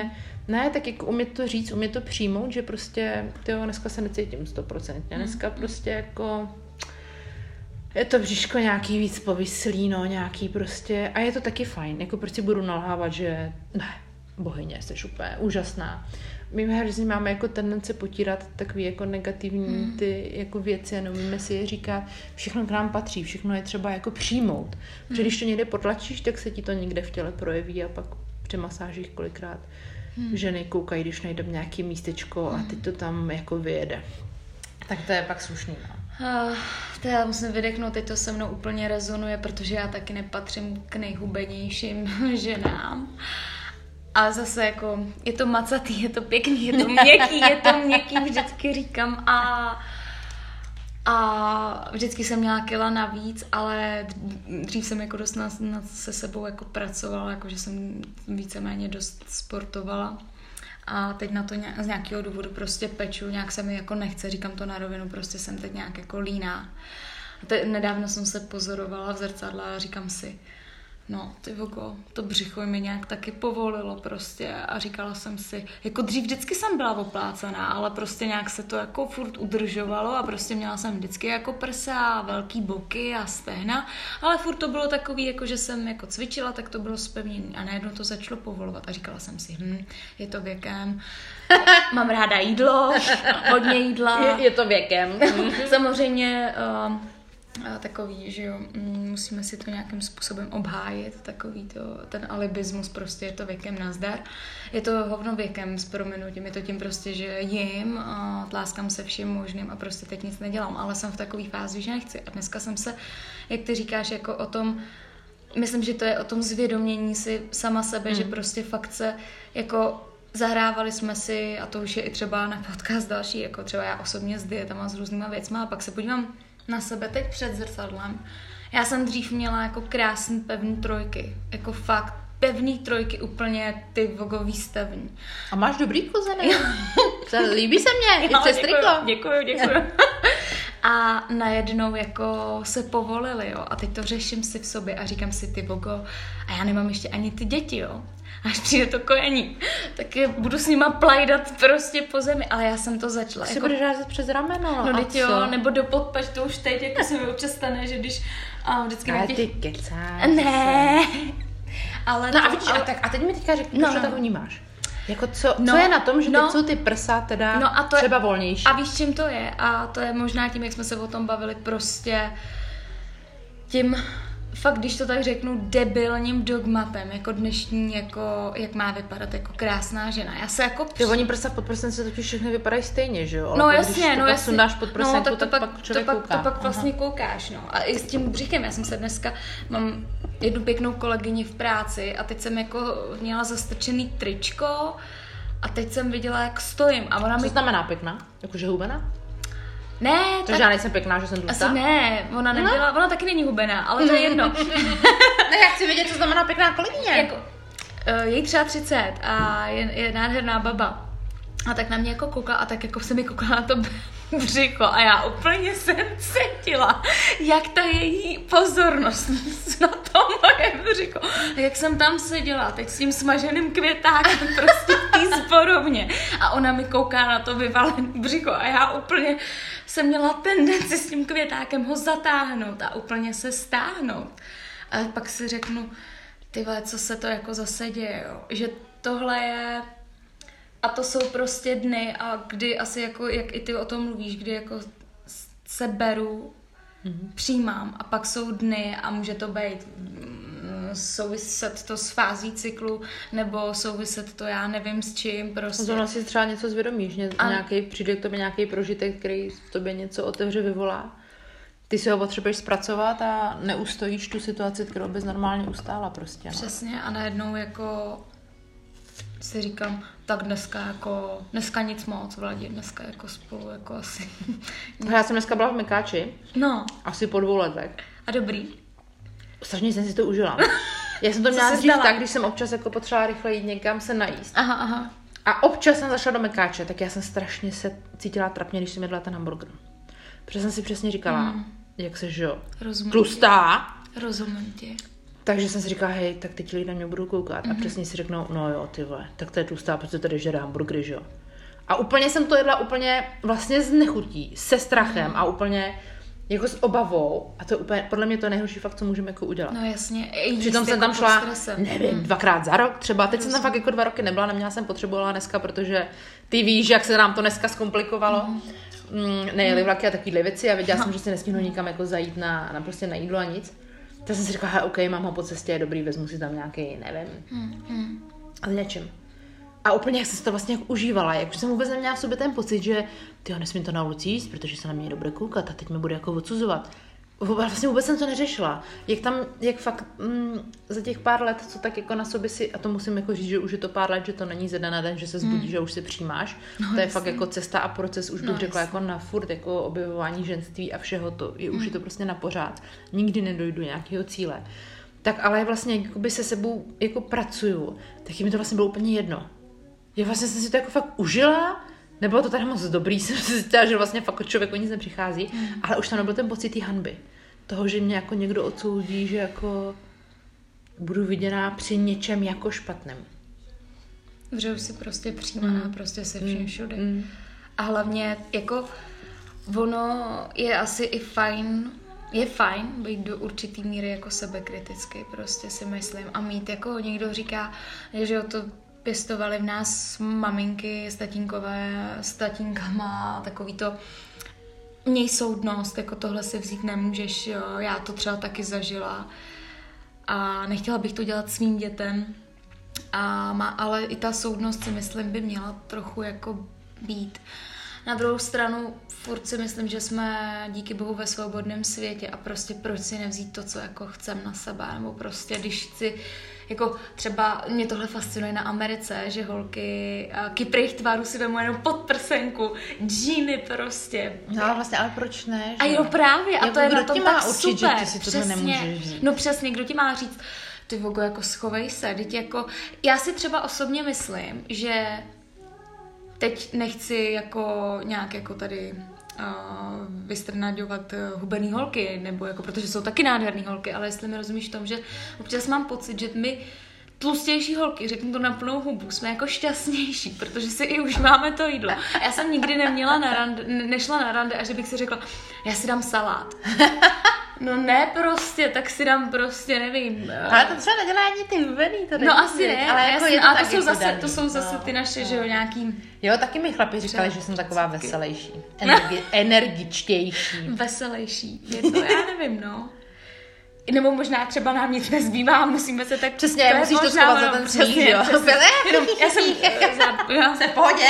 B: Ne, tak jako umět to říct, umět to přijmout, že prostě, tyjo, dneska se necítím stoprocentně, dneska prostě jako je to bříško nějaký víc povyslý, no, nějaký prostě, a je to taky fajn, jako prostě budu nalhávat, že ne, bohyně, jsi úplně úžasná. My hrozně máme jako tendence potírat takový jako negativní ty jako věci a neumíme si je říkat, všechno k nám patří, všechno je třeba jako přijmout. Protože když to někde potlačíš, tak se ti to někde v těle projeví a pak při masážích kolikrát hmm. ženy koukají, když najdou nějaký místečko a teď to tam jako vyjede. Tak to je pak slušný, no.
A: Uh, to já musím vydechnout, teď to se mnou úplně rezonuje, protože já taky nepatřím k nejhubenějším ženám. A zase jako, je to macatý, je to pěkný, je to měkký, je to měkký, vždycky říkám a, a vždycky jsem měla kila navíc, ale dřív jsem jako dost na, na se sebou jako pracovala, jako že jsem víceméně dost sportovala. A teď na to nějak, z nějakého důvodu prostě peču, nějak se mi jako nechce, říkám to na rovinu, prostě jsem teď nějak jako líná. A te, nedávno jsem se pozorovala v zrcadle a říkám si, no, ty vogo, to břicho mi nějak taky povolilo prostě a říkala jsem si, jako dřív vždycky jsem byla oplácaná, ale prostě nějak se to jako furt udržovalo a prostě měla jsem vždycky jako prsa a velký boky a stehna, ale furt to bylo takový, jako že jsem jako cvičila, tak to bylo zpevněný a najednou to začalo povolovat a říkala jsem si, hm, je to věkem, mám ráda jídlo, hodně jídla.
B: Je, je to věkem.
A: Samozřejmě uh, takový, že jo, musíme si to nějakým způsobem obhájit, takový to, ten alibismus prostě je to věkem nazdar. Je to hovno věkem s prominutím, je to tím prostě, že jim, a tláskám se vším možným a prostě teď nic nedělám, ale jsem v takové fázi, že nechci. A dneska jsem se, jak ty říkáš, jako o tom, myslím, že to je o tom zvědomění si sama sebe, hmm. že prostě fakt se jako zahrávali jsme si, a to už je i třeba na podcast další, jako třeba já osobně s dietama, s různýma věcma a pak se podívám na sebe teď před zrcadlem. Já jsem dřív měla jako krásný pevný trojky. Jako fakt pevný trojky, úplně ty vogový stavní.
B: A máš dobrý kozeny. Líbí se mě,
A: jo,
B: i děkuju,
A: děkuju, děkuju. A najednou jako se povolili, jo. A teď to řeším si v sobě a říkám si, ty vogo, a já nemám ještě ani ty děti, jo. Až přijde to kojení, tak je, budu s nima plajdat prostě po zemi, ale já jsem to začala.
B: Si
A: jako,
B: budeš házet přes rameno,
A: no teď jo, nebo do podpaž, to už teď, jako se mi občas stane, že když a vždycky
B: ale
A: těch...
B: ty kecáš.
A: Ne. Ale
B: no
A: to,
B: a vidíš,
A: ale...
B: a, tak, a teď mi teďka řekni,
A: no,
B: proč
A: no.
B: to tak vnímáš? Jako co,
A: no,
B: co je na tom, že
A: no,
B: teď jsou ty prsa teda
A: no a to
B: třeba
A: je,
B: volnější?
A: A víš, čím to je? A to je možná tím, jak jsme se o tom bavili, prostě tím... fakt, když to tak řeknu, debilním dogmatem, jako dnešní, jako, jak má vypadat jako krásná žena. Já se jako...
B: Ty oni prsa pod prsenku totiž všechny vypadají stejně, že jo? Ale
A: no
B: pak,
A: jasně,
B: když
A: no
B: to
A: jasně.
B: sundáš pod prsenku,
A: no, tak, to
B: tak
A: pak,
B: pak člověk
A: to pak,
B: kouká.
A: To pak vlastně Aha. koukáš, no. A i s tím břichem, já jsem se dneska, mám jednu pěknou kolegyni v práci a teď jsem jako měla zastrčený tričko a teď jsem viděla, jak stojím. A ona
B: Co
A: mi...
B: znamená pěkná? Jakože hubená?
A: Ne,
B: Takže
A: tak...
B: já nejsem pěkná, že jsem tlustá?
A: Asi ne, ona nebyla, no. Ona taky není hubená, ale to je jedno.
B: Ne, já chci vědět, co znamená pěkná kolegyně.
A: Jako, uh, je jí třeba třicet a je, je nádherná baba. A tak na mě jako kouká a tak jako se mi koukala na to břicho a já úplně jsem cítila, jak ta její pozornost na to moje břicho. Jak jsem tam seděla teď s tím smaženým květákem prostě v té zborovně a ona mi kouká na to vyvalené břicho a já úplně jsem měla tendenci s tím květákem ho zatáhnout a úplně se stáhnout. A pak si řeknu, ty vole, co se to jako zase děje, jo? Že tohle je... A to jsou prostě dny, a kdy asi jako, jak i ty o tom mluvíš, kdy jako se beru, mm-hmm. přijímám a pak jsou dny a může to být souviset to s fází cyklu, nebo souviset to já nevím s čím prostě.
B: Zrovna si třeba něco zvědomíš, ně, a... nějaký, přijde k tobě nějaký prožitek, který v tobě něco otevře, vyvolá. Ty si ho potřebuješ zpracovat a neustojíš tu situaci, kterou bys normálně ustála prostě. No.
A: Přesně a najednou jako si říkám, tak dneska jako, dneska nic moc, Vladě, dneska jako spolu jako asi.
B: Já jsem dneska byla v Mekáči.
A: No.
B: Asi po dvou letech.
A: A dobrý.
B: Strašně jsem si to užila. Já jsem to měla dřív tak, když jsem občas jako potřebovala rychle jít někam se najíst.
A: Aha, aha.
B: A občas jsem zašla do Mekáče, tak já jsem strašně se cítila trapně, když jsem jedla ten hamburger. Protože jsem si přesně říkala, mm. jak se, že jo,
A: Rozumím
B: tlustá.
A: Rozumím tě.
B: Takže jsem si říkala, hej, tak teď lidi na mě budou koukat. Mm-hmm. A přesně si řeknou, no jo, ty vole, tak to je tlustá, protože tady žere hamburgery, že jo. A úplně jsem to jedla úplně vlastně s nechutí, se strachem mm. a úplně jako s obavou. A to je úplně, podle mě to je nejhorší fakt, co můžeme jako udělat.
A: No jasně.
B: Přitom jsem tam šla, nevím, mm. dvakrát za rok třeba. Teď Rozum. jsem tam fakt jako dva roky nebyla, neměla jsem potřebovala dneska, protože ty víš, jak se nám to dneska zkomplikovalo. Mm. Mm, nejeli vlaky a takovýhle věci a věděla no. jsem, že si nestihnu nikam jako zajít na, na prostě na jídlo a nic. Tak jsem si říkala, OK, mám ho po cestě, je dobrý, vezmu si tam nějaký, nevím, mm. Mm. a něčem. A úplně jak jsem si to vlastně jak užívala, jak jsem vůbec neměla v sobě ten pocit, že tyjo, nesmím to na ulici jíst, protože se na mě nebude koukat a teď mě bude jako odsuzovat. Vlastně vůbec jsem to neřešila. Jak tam, jak fakt mm, za těch pár let, co tak jako na sobě si, a to musím jako říct, že už je to pár let, že to není ze dne na den, že se zbudíš mm. a už se přijímáš. No, to je jasný. Fakt jako cesta a proces, už bych no, řekla jasný. Jako na furt, jako objevování ženství a všeho, to je, už mm. je to prostě na pořád. Nikdy nedojdu nějakého cíle. Tak ale vlastně jakoby se sebou jako pracuju, tak mi to vlastně bylo úplně jedno. Já vlastně jsem si to jako fakt užila, nebylo to tady moc dobrý, jsem si zjistila, že vlastně fakt člověk o nic nepřichází, mm. ale už tam nebyl ten pocit té hanby. Toho, že mě jako někdo odsoudí, že jako budu viděná při něčem jako špatném.
A: Že už si prostě přijímaná, mm. prostě se vším všude. Mm. A hlavně jako ono je asi i fajn, je fajn být do určitý míry jako sebekritický, prostě si myslím. A mít jako někdo říká, že jo, to pěstovali v nás maminky s tatínkové, s tatínkama, takový to měj soudnost, jako tohle si vzít nemůžeš, jo, já to třeba taky zažila a nechtěla bych to dělat svým dětem, a má, ale i ta soudnost si myslím by měla trochu jako být. Na druhou stranu furt si myslím, že jsme díky bohu ve svobodném světě a prostě proč si nevzít to, co jako chcem na sebe, nebo prostě když si jako třeba mě tohle fascinuje na Americe, že holky kyprejch tváru si vemu jenom pod prsenku, džíny prostě.
B: No ale vlastně, ale proč ne? Že?
A: A jo právě, a
B: jako
A: to je na tom tak
B: určit,
A: super.
B: Že ty si tohle nemůžeš vzít.
A: No přesně, kdo ti má říct, ty vogo, jako schovej se, teď jako, já si třeba osobně myslím, že teď nechci jako nějak jako tady uh, vystrnaďovat uh, hubený holky, nebo jako, protože jsou taky nádherný holky, ale jestli mi rozumíš v tom, že občas mám pocit, že my tlustější holky, řeknu to na plnou hubu, jsme jako šťastnější, protože si i už máme to jídlo. Já jsem nikdy neměla na rande, nešla na rande a že bych si řekla, já si dám salát. No ne prostě, tak si dám prostě, nevím.
B: Ale to třeba nedělá ani ty hubený, to
A: no asi ne,
B: ale
A: jako
B: jasný,
A: to a to jsou, zase,
B: daný.
A: to jsou zase ty naše, no, že jo, nějaký...
B: Jo, taky mi chlapi říkali, že jsem taková veselější, energi- energičtější.
A: Veselější, je to, já nevím, no. Nebo možná třeba nám nic nezbývá a musíme se tak...
B: Přesně, musíš to schovat za ten přesně, jo. Přesně.
A: Jenom, já jsem...
B: Já jsem v pohodě.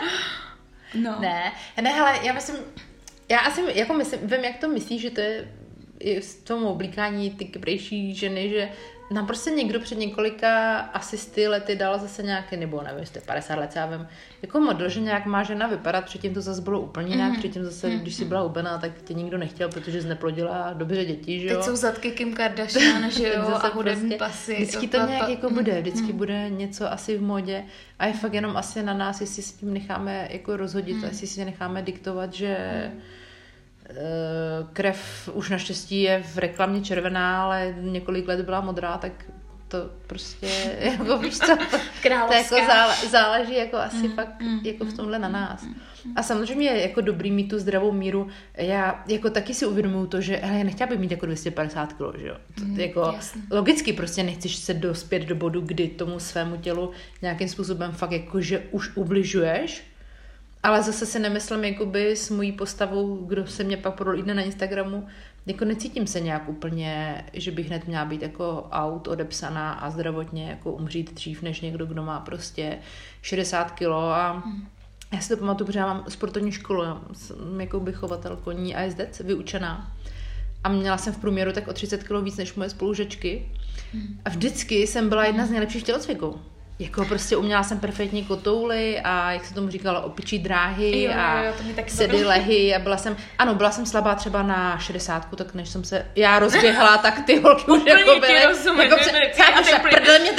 A: No.
B: Ne, ne, hele, já myslím... Já asi, jako myslím, vím, jak to myslíš, že to je v tom oblíkání ty kyprejší ženy, že nám prostě někdo před několika asi sty lety dal zase nějaký, nebo nevím, jestli padesát let, já vím, jako model, že nějak má žena vypadat, předtím to zase bylo úplně jinak, mm-hmm. předtím zase, mm-hmm. když jsi byla hubená, tak tě nikdo nechtěl, protože jsi neplodila dobře děti, že jo.
A: Teď jsou zadky Kim Kardashian, že jo, a hudební pasy.
B: Vždycky to nějak jako bude, vždycky bude něco asi v modě a je fakt jenom asi na nás, jestli s tím necháme jako rozhodit, jestli si necháme diktovat, že krev už naštěstí je v reklamě červená, ale několik let byla modrá, tak to prostě, jako víš co, to, to jako zále, záleží jako asi mm, fakt mm, jako v tomhle na nás. A samozřejmě je jako dobrý mít tu zdravou míru. Já jako taky si uvědomuju to, že hele, já nechtěla bych mít jako dvě stě padesát kilo, že jo. To, mm, jako jasný. Logicky prostě nechceš se dospět do bodu, kdy tomu svému tělu nějakým způsobem fakt jako, že už ubližuješ. Ale zase si nemyslím, jakoby s mojí postavou, kdo se mě pak prolídne na Instagramu, jako necítím se nějak úplně, že bych hned měla být jako out, odepsaná a zdravotně jako umřít dřív, než někdo, kdo má prostě šedesát kilo a hmm. já si to pamatuju, protože já mám sportovní školu, já jsem jako vychovatel koní a jezdec, vyučená a měla jsem v průměru tak o třicet kilo víc než moje spolužečky hmm. a vždycky jsem byla jedna z nejlepších tělocviků. Jako prostě uměla jsem perfektní kotouly a jak se tomu říkalo, opičí dráhy
A: jo,
B: a
A: jo,
B: sedy lehy a byla jsem, ano, byla jsem slabá třeba na šedesátku, tak než jsem se já rozběhla, tak ty holky už jako byly,
A: rozumím,
B: jako pře- kámoša, prdel mě držela v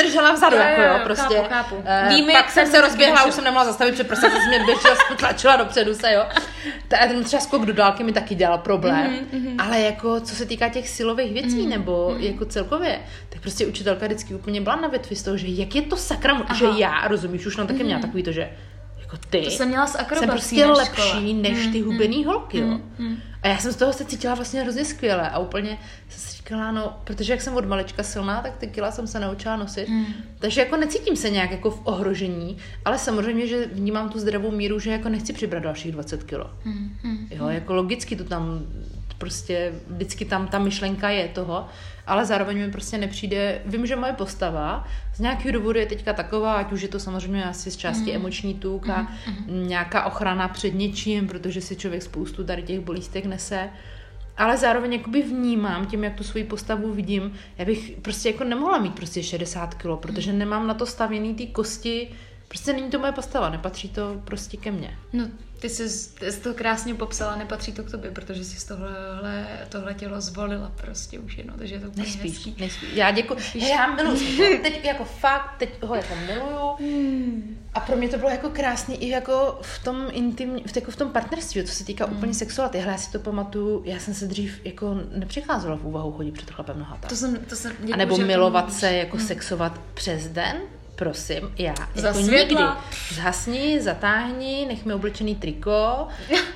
B: zadu,
A: jo,
B: jako
A: jo,
B: jo, prostě.
A: Chápu, chápu.
B: Uh,
A: Víme,
B: pak jsem se rozběhla,
A: už
B: už jsem nemohla zastavit, protože prostě jsem mě běžela, tlačila dopředu se, jo. Ten třeba skok do dálky mi taky dělal problém, mm-hmm. ale jako co se týká těch silových věcí, mm-hmm. nebo jako celkově, tak prostě učitelka vždycky úplně byla na větvi z toho, že jak je to sakra, Aha. že já, rozumíš, už nám taky mm-hmm. měla takový to, že jako ty,
A: to jsem měla s akrobací
B: jsem prostě
A: než
B: lepší
A: škola.
B: než ty hubený
A: mm,
B: holky, jo.
A: Mm, mm.
B: A já jsem z toho se cítila vlastně hrozně skvěle a úplně jsem si říkala, no, protože jak jsem od malička silná, tak ty kila jsem se naučila nosit. Mm. Takže jako necítím se nějak jako v ohrožení, ale samozřejmě, že vnímám tu zdravou míru, že jako nechci přibrat dalších dvacet kilo. Mm, mm, jo, jako logicky to tam prostě vždycky tam ta myšlenka je toho, ale zároveň mi prostě nepřijde, vím, že moje postava z nějakého důvodu je teďka taková, ať už je to samozřejmě asi z části mm. emoční tuk a mm. nějaká ochrana před něčím, protože si člověk spoustu tady těch bolístek nese, ale zároveň jakoby vnímám tím, jak tu svoji postavu vidím, já bych prostě jako nemohla mít prostě šedesát kilo, protože nemám na to stavěný ty kosti, prostě není to moje postava, nepatří to prostě ke mně.
A: No, ty jsi, ty jsi to krásně popsala, nepatří to k tobě, protože jsi tohle, tohle tělo zvolila prostě už jedno, takže je to úplně
B: nejspíš,
A: hezký.
B: Nejspíš. Já děkuji. Hej, já miluji. Teď jako fakt, teď ho jako miluju. Hmm. A pro mě to bylo jako krásný i jako v tom intimní, v, jako v tom partnerství, co se týká hmm. úplně sexuality. Hele, já si to pamatuju, já jsem se dřív jako nepřicházela v úvahu chodit před chlapem nohatá.
A: To jsem, to jsem, děkuji,
B: a nebo milovat se, jako hmm. sexovat přes den. Prosím, já
A: za
B: jako
A: světla.
B: Nikdy. Zhasni, zatáhni, nech mi oblečený triko,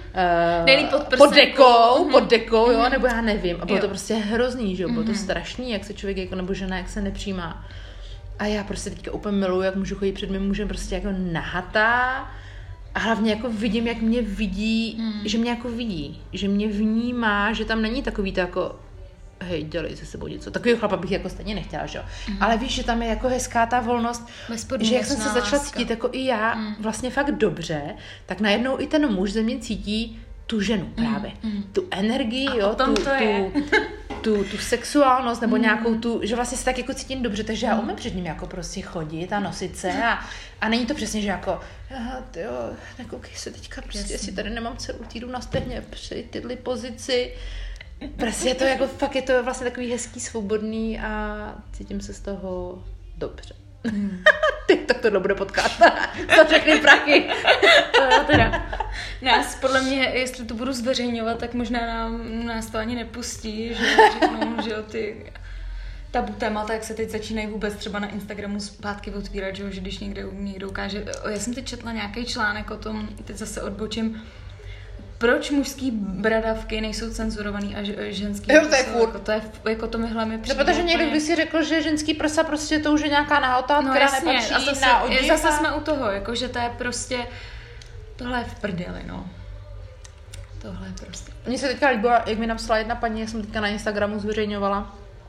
A: uh, pod,
B: pod dekou, pod dekou, jo,
A: mm-hmm.
B: nebo já nevím. A bylo
A: jo.
B: to prostě hrozný, že jo, bylo
A: mm-hmm.
B: to strašný, jak se člověk jako nebo žena, jak se nepřijímá. A já prostě teďka úplně miluji, jak můžu chodit před mým mužem prostě jako nahatá a hlavně jako vidím, jak mě vidí, mm. že mě jako vidí, že mě vnímá, že tam není takový to jako hej, dělej se sebou něco. Takový chlapa bych jako stejně nechtěla, že jo. Mm. Ale víš, že tam je jako hezká ta volnost, že jak jsem se začala cítit jako i já mm. vlastně fakt dobře, tak najednou i ten muž ze mě cítí tu ženu právě. Mm. Tu energii,
A: a
B: jo, tu,
A: to
B: tu, tu, tu sexuálnost, nebo mm. nějakou tu, že vlastně se tak jako cítím dobře, takže já umím před ním jako prostě chodit a nosit se a, a není to přesně, že jako aha, tyjo, nekoukej se teďka, prostě jestli tady nemám celou týru na stehně při tyhle pozici. Prostě je to jako fakt je to vlastně takový hezký, svobodný a cítím se z toho dobře. Hmm. Ty, tak tohle bude podcast. Za všechny prachy.
A: To teda. Nás, podle mě, jestli to budu zveřejňovat, tak možná nám, nás to ani nepustí, že řeknou, že ty tabu témata, jak se teď začínají vůbec třeba na Instagramu zpátky otvírat, že, že když někde někdo ukáže. Já jsem teď četla nějaký článek o tom, teď zase odbočím, proč mužský bradavky nejsou cenzurovaný a ženský
B: jo, to je furt.
A: Jako to je, jako to mi hlavně přijde.
B: No, protože někdo by si řekl, že ženský prsa prostě to už je nějaká nahota,
A: no,
B: která
A: jasně,
B: nepatří
A: a zase,
B: na oděv.
A: Zase jsme u toho, jako, že to je prostě, tohle je v prdeli, no. Tohle je prostě.
B: Mně se teďka líbilo, jak mi napsala jedna paní, já jsem teďka na Instagramu zveřejňovala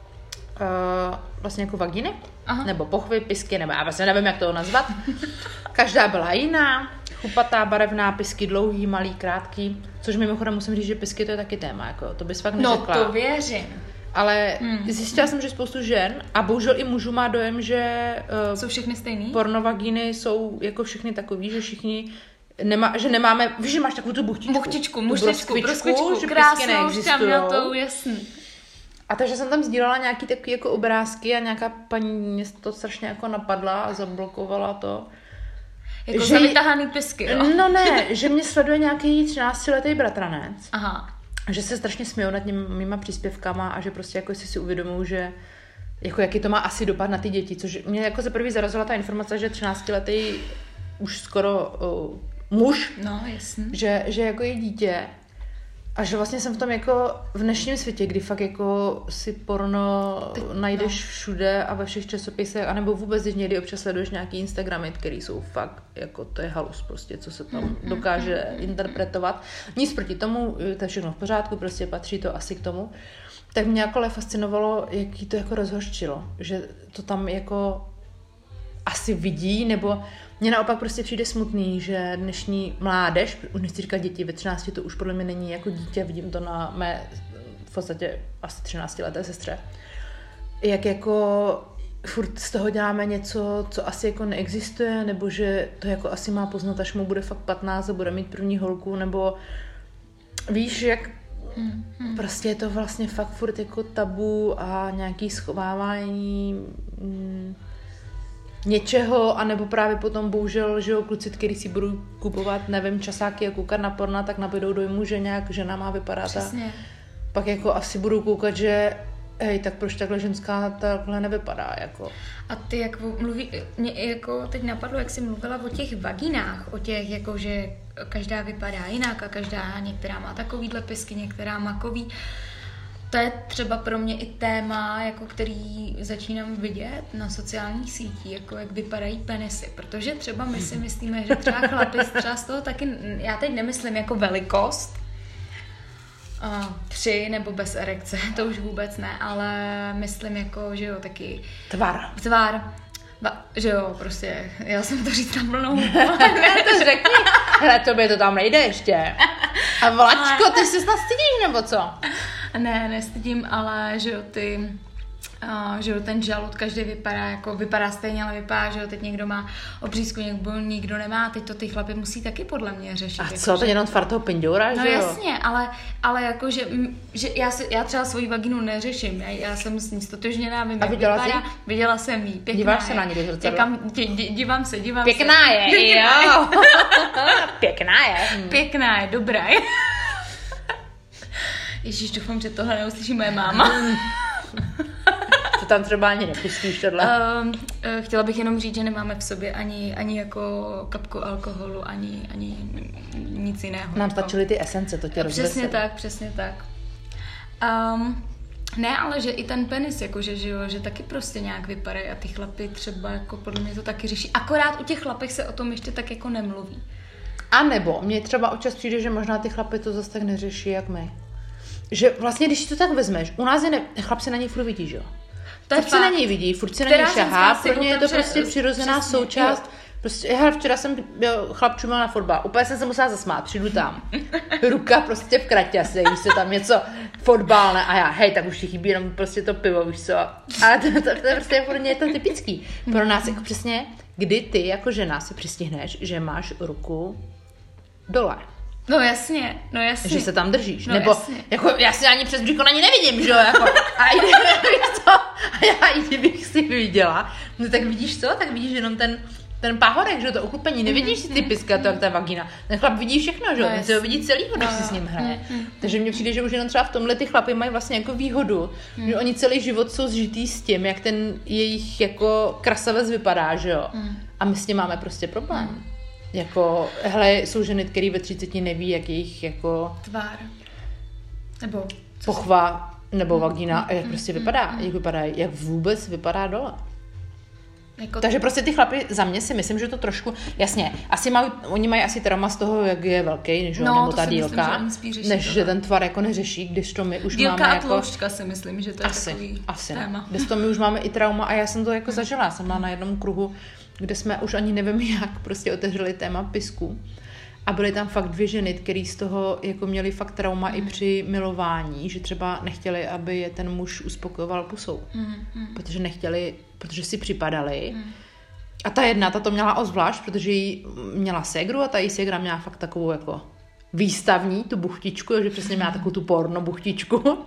B: uh, vlastně jako vagíny, Aha. nebo pochvy, pisky, nebo já vlastně nevím, jak to nazvat. Každá byla jiná. Chupatá, barevná, pisky dlouhý, malý, krátký, což mimochodem musím říct, že pisky to je taky téma, jako to bys fakt neřekla.
A: No to věřím.
B: Ale hmm. zjistila jsem, že spoustu žen a bohužel i mužů má dojem, že uh,
A: jsou všechny stejný?
B: Pornovagíny jsou jako všechny takový, že všichni nemá, že nemáme, víš, že máš takovou tu buchtičku.
A: Buchtičku, mužličku, broskvičku, krásnou, šťavnatou, jasný.
B: A takže jsem tam sdílela nějaký takový jako obrázky a nějaká paní mě to strašně jako napadla a zablokovala to.
A: Jako že... zavytahaný pisky, jo?
B: No ne, že mě sleduje nějaký třináctiletý bratranec.
A: Aha.
B: Že se strašně smějou nad tím mýma příspěvkama a že prostě jako si si uvědomují, že jako jaký to má asi dopad na ty děti, což mě jako za prvý zarazila ta informace, že třináctiletý už skoro uh, muž,
A: no, jasný.
B: Že, že jako je dítě a že vlastně jsem v tom jako v dnešním světě, kdy fakt jako si porno Ty, najdeš no. všude a ve všech časopisech, anebo vůbec, když někdy občas sleduješ nějaký Instagramy, který jsou fakt, jako to je halus prostě, co se tam mm, dokáže mm, interpretovat. Nic proti tomu, to je všechno v pořádku, prostě patří to asi k tomu. Tak mě jako fascinovalo, jaký to jako rozhořčilo, že to tam jako asi vidí, nebo mně naopak prostě přijde smutný, že dnešní mládež, už nechci říkat děti, ve třinácti to už podle mě není jako dítě, vidím to na mé v podstatě asi třináctileté sestře, jak jako furt z toho děláme něco, co asi jako neexistuje, nebo že to jako asi má poznat, až mu bude fakt patnáct a bude mít první holku, nebo víš, jak hmm, hmm. prostě je to vlastně fakt furt jako tabu a nějaký schovávání. Hmm, něčeho, anebo právě potom bohužel, že jo, kluci, který si budou kupovat, nevím, časáky a koukat na porna, tak nabydou dojmu, že nějak žena má vypadat.
A: Přesně.
B: Pak jako asi budou koukat, že hej, tak proč takhle ženská takhle nevypadá, jako.
A: A ty jak mluví, mě jako teď napadlo, jak jsi mluvila o těch vaginách, o těch, jako že každá vypadá jinak a každá, některá má takovýhle pisky, některá makový. To je třeba pro mě i téma, jako který začínám vidět na sociálních sítích, jako jak vypadají penisy, protože třeba my si myslíme, že třeba chlapi třeba z toho taky, já teď nemyslím jako velikost, uh, tři nebo bez erekce, to už vůbec ne, ale myslím jako, že jo, taky
B: Tvar.
A: Tvar. Ba, že jo, prostě, já jsem to říct na plnou.
B: Ne, to řekni. Hele, tobě to tam nejde ještě. A Vlačko, ty se snad stydíš, nebo co?
A: Ne, nestydím, ale že jo, ty, uh, že jo, ten žalud, každý vypadá, jako vypadá stejně, ale vypadá, že jo, teď někdo má obřízku, někdo, někdo nemá, teď to ty chlapy musí taky podle mě řešit.
B: A
A: jako,
B: co, to
A: že...
B: jenom tvar toho pindoura,
A: no
B: že jo?
A: No jasně, ale, ale jako, že, že já, si, já třeba svoji vaginu neřeším, já, já jsem s ní stotožněná, vím,
B: a
A: jak
B: viděla
A: vypadá,
B: jsi?
A: Viděla jsem jí, pěkná
B: Díváš
A: je.
B: se na ní do zrcadla?
A: Někam, dě, dě, dívám se, dívám
B: Pěkná
A: se.
B: je,
A: Pěkná
B: jo. Pěkná je.
A: Hmm. Pěkná je, dobrá je. Ježíš, doufám, že tohle neuslyší moje máma.
B: To tam třeba ani nepustíš tohle.
A: Uh, uh, chtěla bych jenom říct, že nemáme v sobě ani, ani jako kapku alkoholu, ani, ani nic jiného.
B: Nám stačily ty esence, to tě rozvesel.
A: Přesně tak, přesně tak. Um, ne, ale že i ten penis, jakože, že jo, že taky prostě nějak vypadají a ty chlapy třeba jako podle mě to taky řeší. Akorát u těch chlapech se o tom ještě tak jako nemluví.
B: A nebo mně třeba občas přijde, že možná ty chlapy to zase tak neřeší, jak my. Že vlastně, když si to tak vezmeš, u nás je ne, chlap se na něj furt vidí, že jo?
A: To je
B: furt se na něj vidí, furt se na něj šahá, pro ně je to prostě přirozená přesně, součást. Jo. Prostě, já včera jsem jo, chlap čumal na fotbal, úplně jsem se musela zasmát, přijdu tam. Ruka prostě v kraťase, víš se tam něco fotbalné a já, hej, tak už ti chybí jenom prostě to pivo, víš co. Ale to, to, to, to je prostě pro ně je to typický. Pro nás jako přesně, kdy ty jako žena si přistihneš, že máš ruku dole.
A: No jasně, no jasně.
B: Že se tam držíš,
A: no
B: nebo
A: jasně.
B: jako já si ani přes břicho na ní nevidím, že jo, jako, a, i, to, a já i kdybych si viděla, no tak vidíš co, tak vidíš jenom ten, ten pahorek, že jo, to uchlupení, nevidíš si ty piska, to ta vagina, ten chlap vidí všechno, že jo, no ten se ho vidí celýho, když no, si s ním hraje, mm, mm. Takže mně přijde, že už jenom třeba v tomhle ty chlapy mají vlastně jako výhodu, mm. že oni celý život jsou zžitý s tím, jak ten jejich jako krasavec vypadá, že jo, mm. a my s tím máme prostě problém. Mm. Jako, hele, jsou ženy, které ve třiceti neví, jak jejich jako...
A: Tvár. Nebo...
B: Pochva, nebo vagina, mm, jak prostě mm, vypadá, mm. jak vypadá, jak vůbec vypadá dole. Jako... Takže prostě ty chlapy, za mě si myslím, že to trošku, jasně, asi mají, oni mají asi trauma z toho, jak je velký, než
A: no,
B: nebo ta dílka, myslím, než že ten tvar jako neřeší, když to my už
A: dílka
B: máme
A: a
B: jako...
A: tloušťka si myslím, že to je
B: asi,
A: takový
B: asi.
A: téma.
B: Když to my už máme i trauma a já jsem to jako zažila, já jsem byla na jednom kruhu, kde jsme už ani nevím jak prostě otevřeli téma pisku a byly tam fakt dvě ženy, které z toho jako měly fakt trauma mm. i při milování, že třeba nechtěli, aby je ten muž uspokojoval pusou, mm. protože nechtěli, protože si připadali. Mm. A ta jedna, ta to měla ozvlášť, protože jí měla ségru a ta její ségra měla fakt takovou jako výstavní, tu buchtičku, že přesně měla takovou tu porno buchtičku.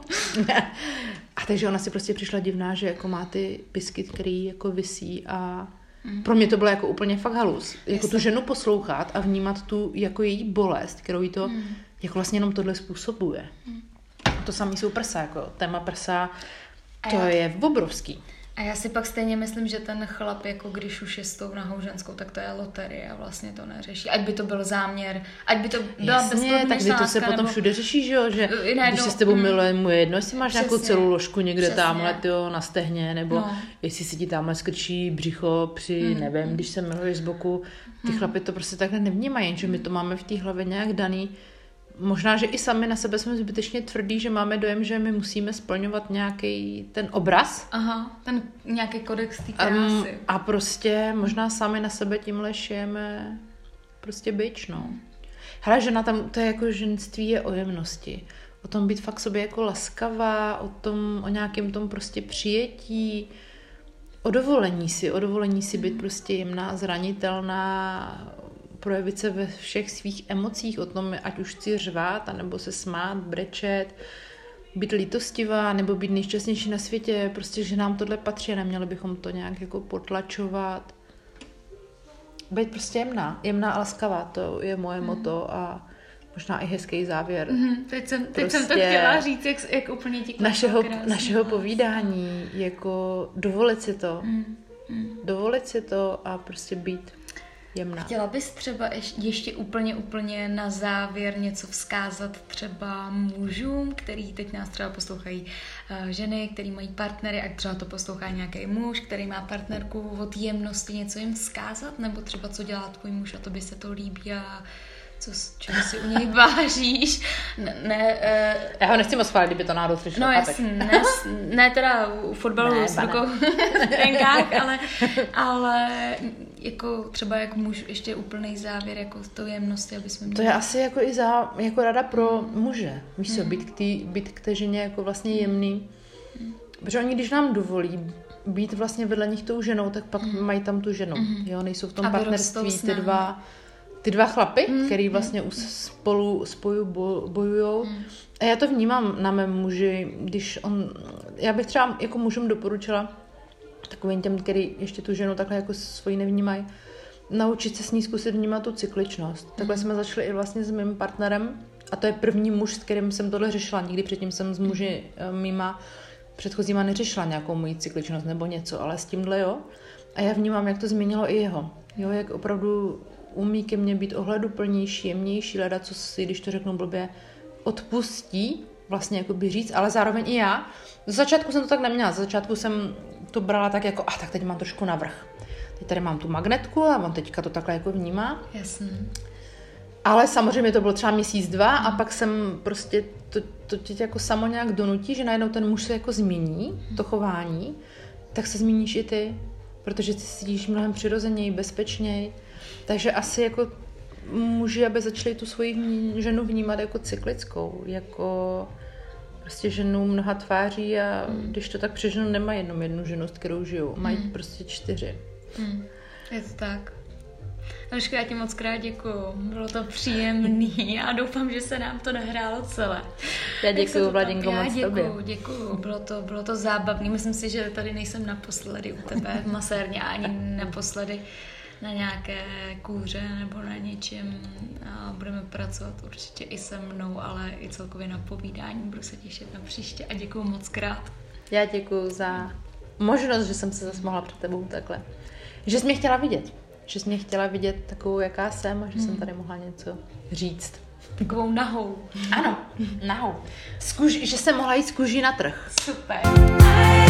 B: A takže ona si prostě přišla divná, že jako má ty pisky, který jako visí a mm. pro mě to bylo jako úplně fakt halus. Jako tu ženu poslouchat a vnímat tu jako její bolest, kterou jí to mm. jako vlastně jenom tohle způsobuje. Mm. To samé jsou prsa, jako téma prsa, to já... je obrovský.
A: A já si pak stejně myslím, že ten chlap, jako když už je s tou nahou ženskou, tak to je loterie a vlastně to neřeší. Ať by to byl záměr, ať by to byla
B: bezpodmínečná tak by to se potom nebo... všude řeší, že jo? Že najednou, když se s tebou mm, miluje, mu je jedno, jestli máš přesně, nějakou celou ložku někde přesně. Tamhle tyjo, na stehně, nebo no. jestli si ti tamhle skrčí břicho při, mm, nevím, mm. když se miluješ z boku. Ty mm. chlapi to prostě takhle nevnímají, jenže my to máme v té hlavě nějak daný. Možná, že i sami na sebe jsme zbytečně tvrdí, že máme dojem, že my musíme splňovat nějaký ten obraz.
A: Aha, ten nějaký kodex té krásy. Um,
B: a prostě možná sami na sebe tímhle šijeme prostě bič, no. Hele, žena tam, to je jako ženství je o jemnosti. O tom být fakt sobě jako laskavá, o tom, o nějakém tom prostě přijetí, o dovolení si, o dovolení si být prostě jemná, zranitelná, projevit se ve všech svých emocích, o tom, ať už chci řvát, anebo se smát, brečet, být lítostivá, nebo být nejšťastnější na světě, prostě, že nám tohle patří, neměli bychom to nějak jako potlačovat. být prostě jemná. Jemná a laskavá, to je moje mm. moto a možná i hezký závěr.
A: Mm, teď jsem, teď prostě jsem to chtěla říct, jak, jak úplně ti
B: našeho, našeho povídání, jako dovolit si to. Mm, mm. Dovolit si to a prostě být jemná.
A: Chtěla bys třeba ještě, ještě úplně, úplně na závěr něco vzkázat třeba mužům, který teď nás třeba poslouchají uh, ženy, který mají partnery, a třeba to poslouchá nějaký muž, který má partnerku, od jemnosti něco jim vzkázat, nebo třeba co dělá tvůj muž a to by se to líbí a co, čeho si u něj vážíš. Ne, ne, uh,
B: Já ho nechci moc chválit, kdyby to náhodou slyšel.
A: No jasně, ne, ne teda u fotbalu ne, s rukou v tenkách, ale, ale jako třeba jak muž ještě úplný závěr, jako s tou jemností, aby jsme měli.
B: To je asi jako i za, jako rada pro muže. Víš co, být k, tý, být k té ženě jako vlastně jemný. Protože oni, když nám dovolí být vlastně vedle nich tou ženou, tak pak mm. mají tam tu ženu. Mm. Jo, nejsou v tom a partnerství ty dva, ty dva chlapy, mm. který vlastně mm. spolu spoju bojujou. Mm. A já to vnímám na mém muži, když on, já bych třeba jako mužům doporučila takovým těm, který ještě tu ženu takhle jako svoji nevnímají, naučit se s ní zkusit vnímat tu cykličnost. Mm. Takhle jsme začali i vlastně s mým partnerem a to je první muž, s kterým jsem tohle řešila. Nikdy předtím jsem s muži mýma předchozíma neřešila nějakou moji cykličnost nebo něco, ale s tímhle jo. A já vnímám, jak to změnilo i jeho. Jo, jak opravdu umí ke mně být ohleduplnější, jemnější, hledat, co si, když to řeknu blbě, odpustí, vlastně jako by říct, ale zároveň i já. Z začátku jsem to tak neměla, z začátku jsem to brala tak jako, a tak teď mám trošku navrch. Teď tady mám tu magnetku a on teďka to takhle jako vnímá.
A: Jasně.
B: Ale samozřejmě to bylo třeba měsíc, dva a pak jsem prostě, to, to tě jako samo nějak donutí, že najednou ten muž se jako změní, to chování, tak se změníš i ty, protože ty cítíš mnohem přirozeněji, bezpečněji. Takže asi jako muži, aby začali tu svoji ženu vnímat jako cyklickou, jako prostě ženu mnoha tváří a mm. když to tak přeženu, nemají jenom jednu ženu, s kterou žijou, mají mm. prostě čtyři.
A: Mm. Je to tak. Eliško, já ti moc krát děkuju. Bylo to příjemný a doufám, že se nám to nahrálo celé.
B: Já děkuju, Vladinko, moc
A: děkuju,
B: tobě.
A: Děkuju, bylo to, bylo to zábavný. Myslím si, že tady nejsem naposledy u tebe v masérně a ani naposledy na nějaké kůře nebo na něčem. A budeme pracovat určitě i se mnou, ale i celkově na povídání. Budu se těšit na příště a děkuju moc krát.
B: Já děkuju za možnost, že jsem se zase mohla před tebou takhle. Že jsi mě chtěla vidět. Že jsi mě chtěla vidět takovou, jaká jsem a že hmm. jsem tady mohla něco říct.
A: Takovou nahou.
B: Ano, nahou. Z kůži, že jsem mohla jít z kůží na trh.
A: Super.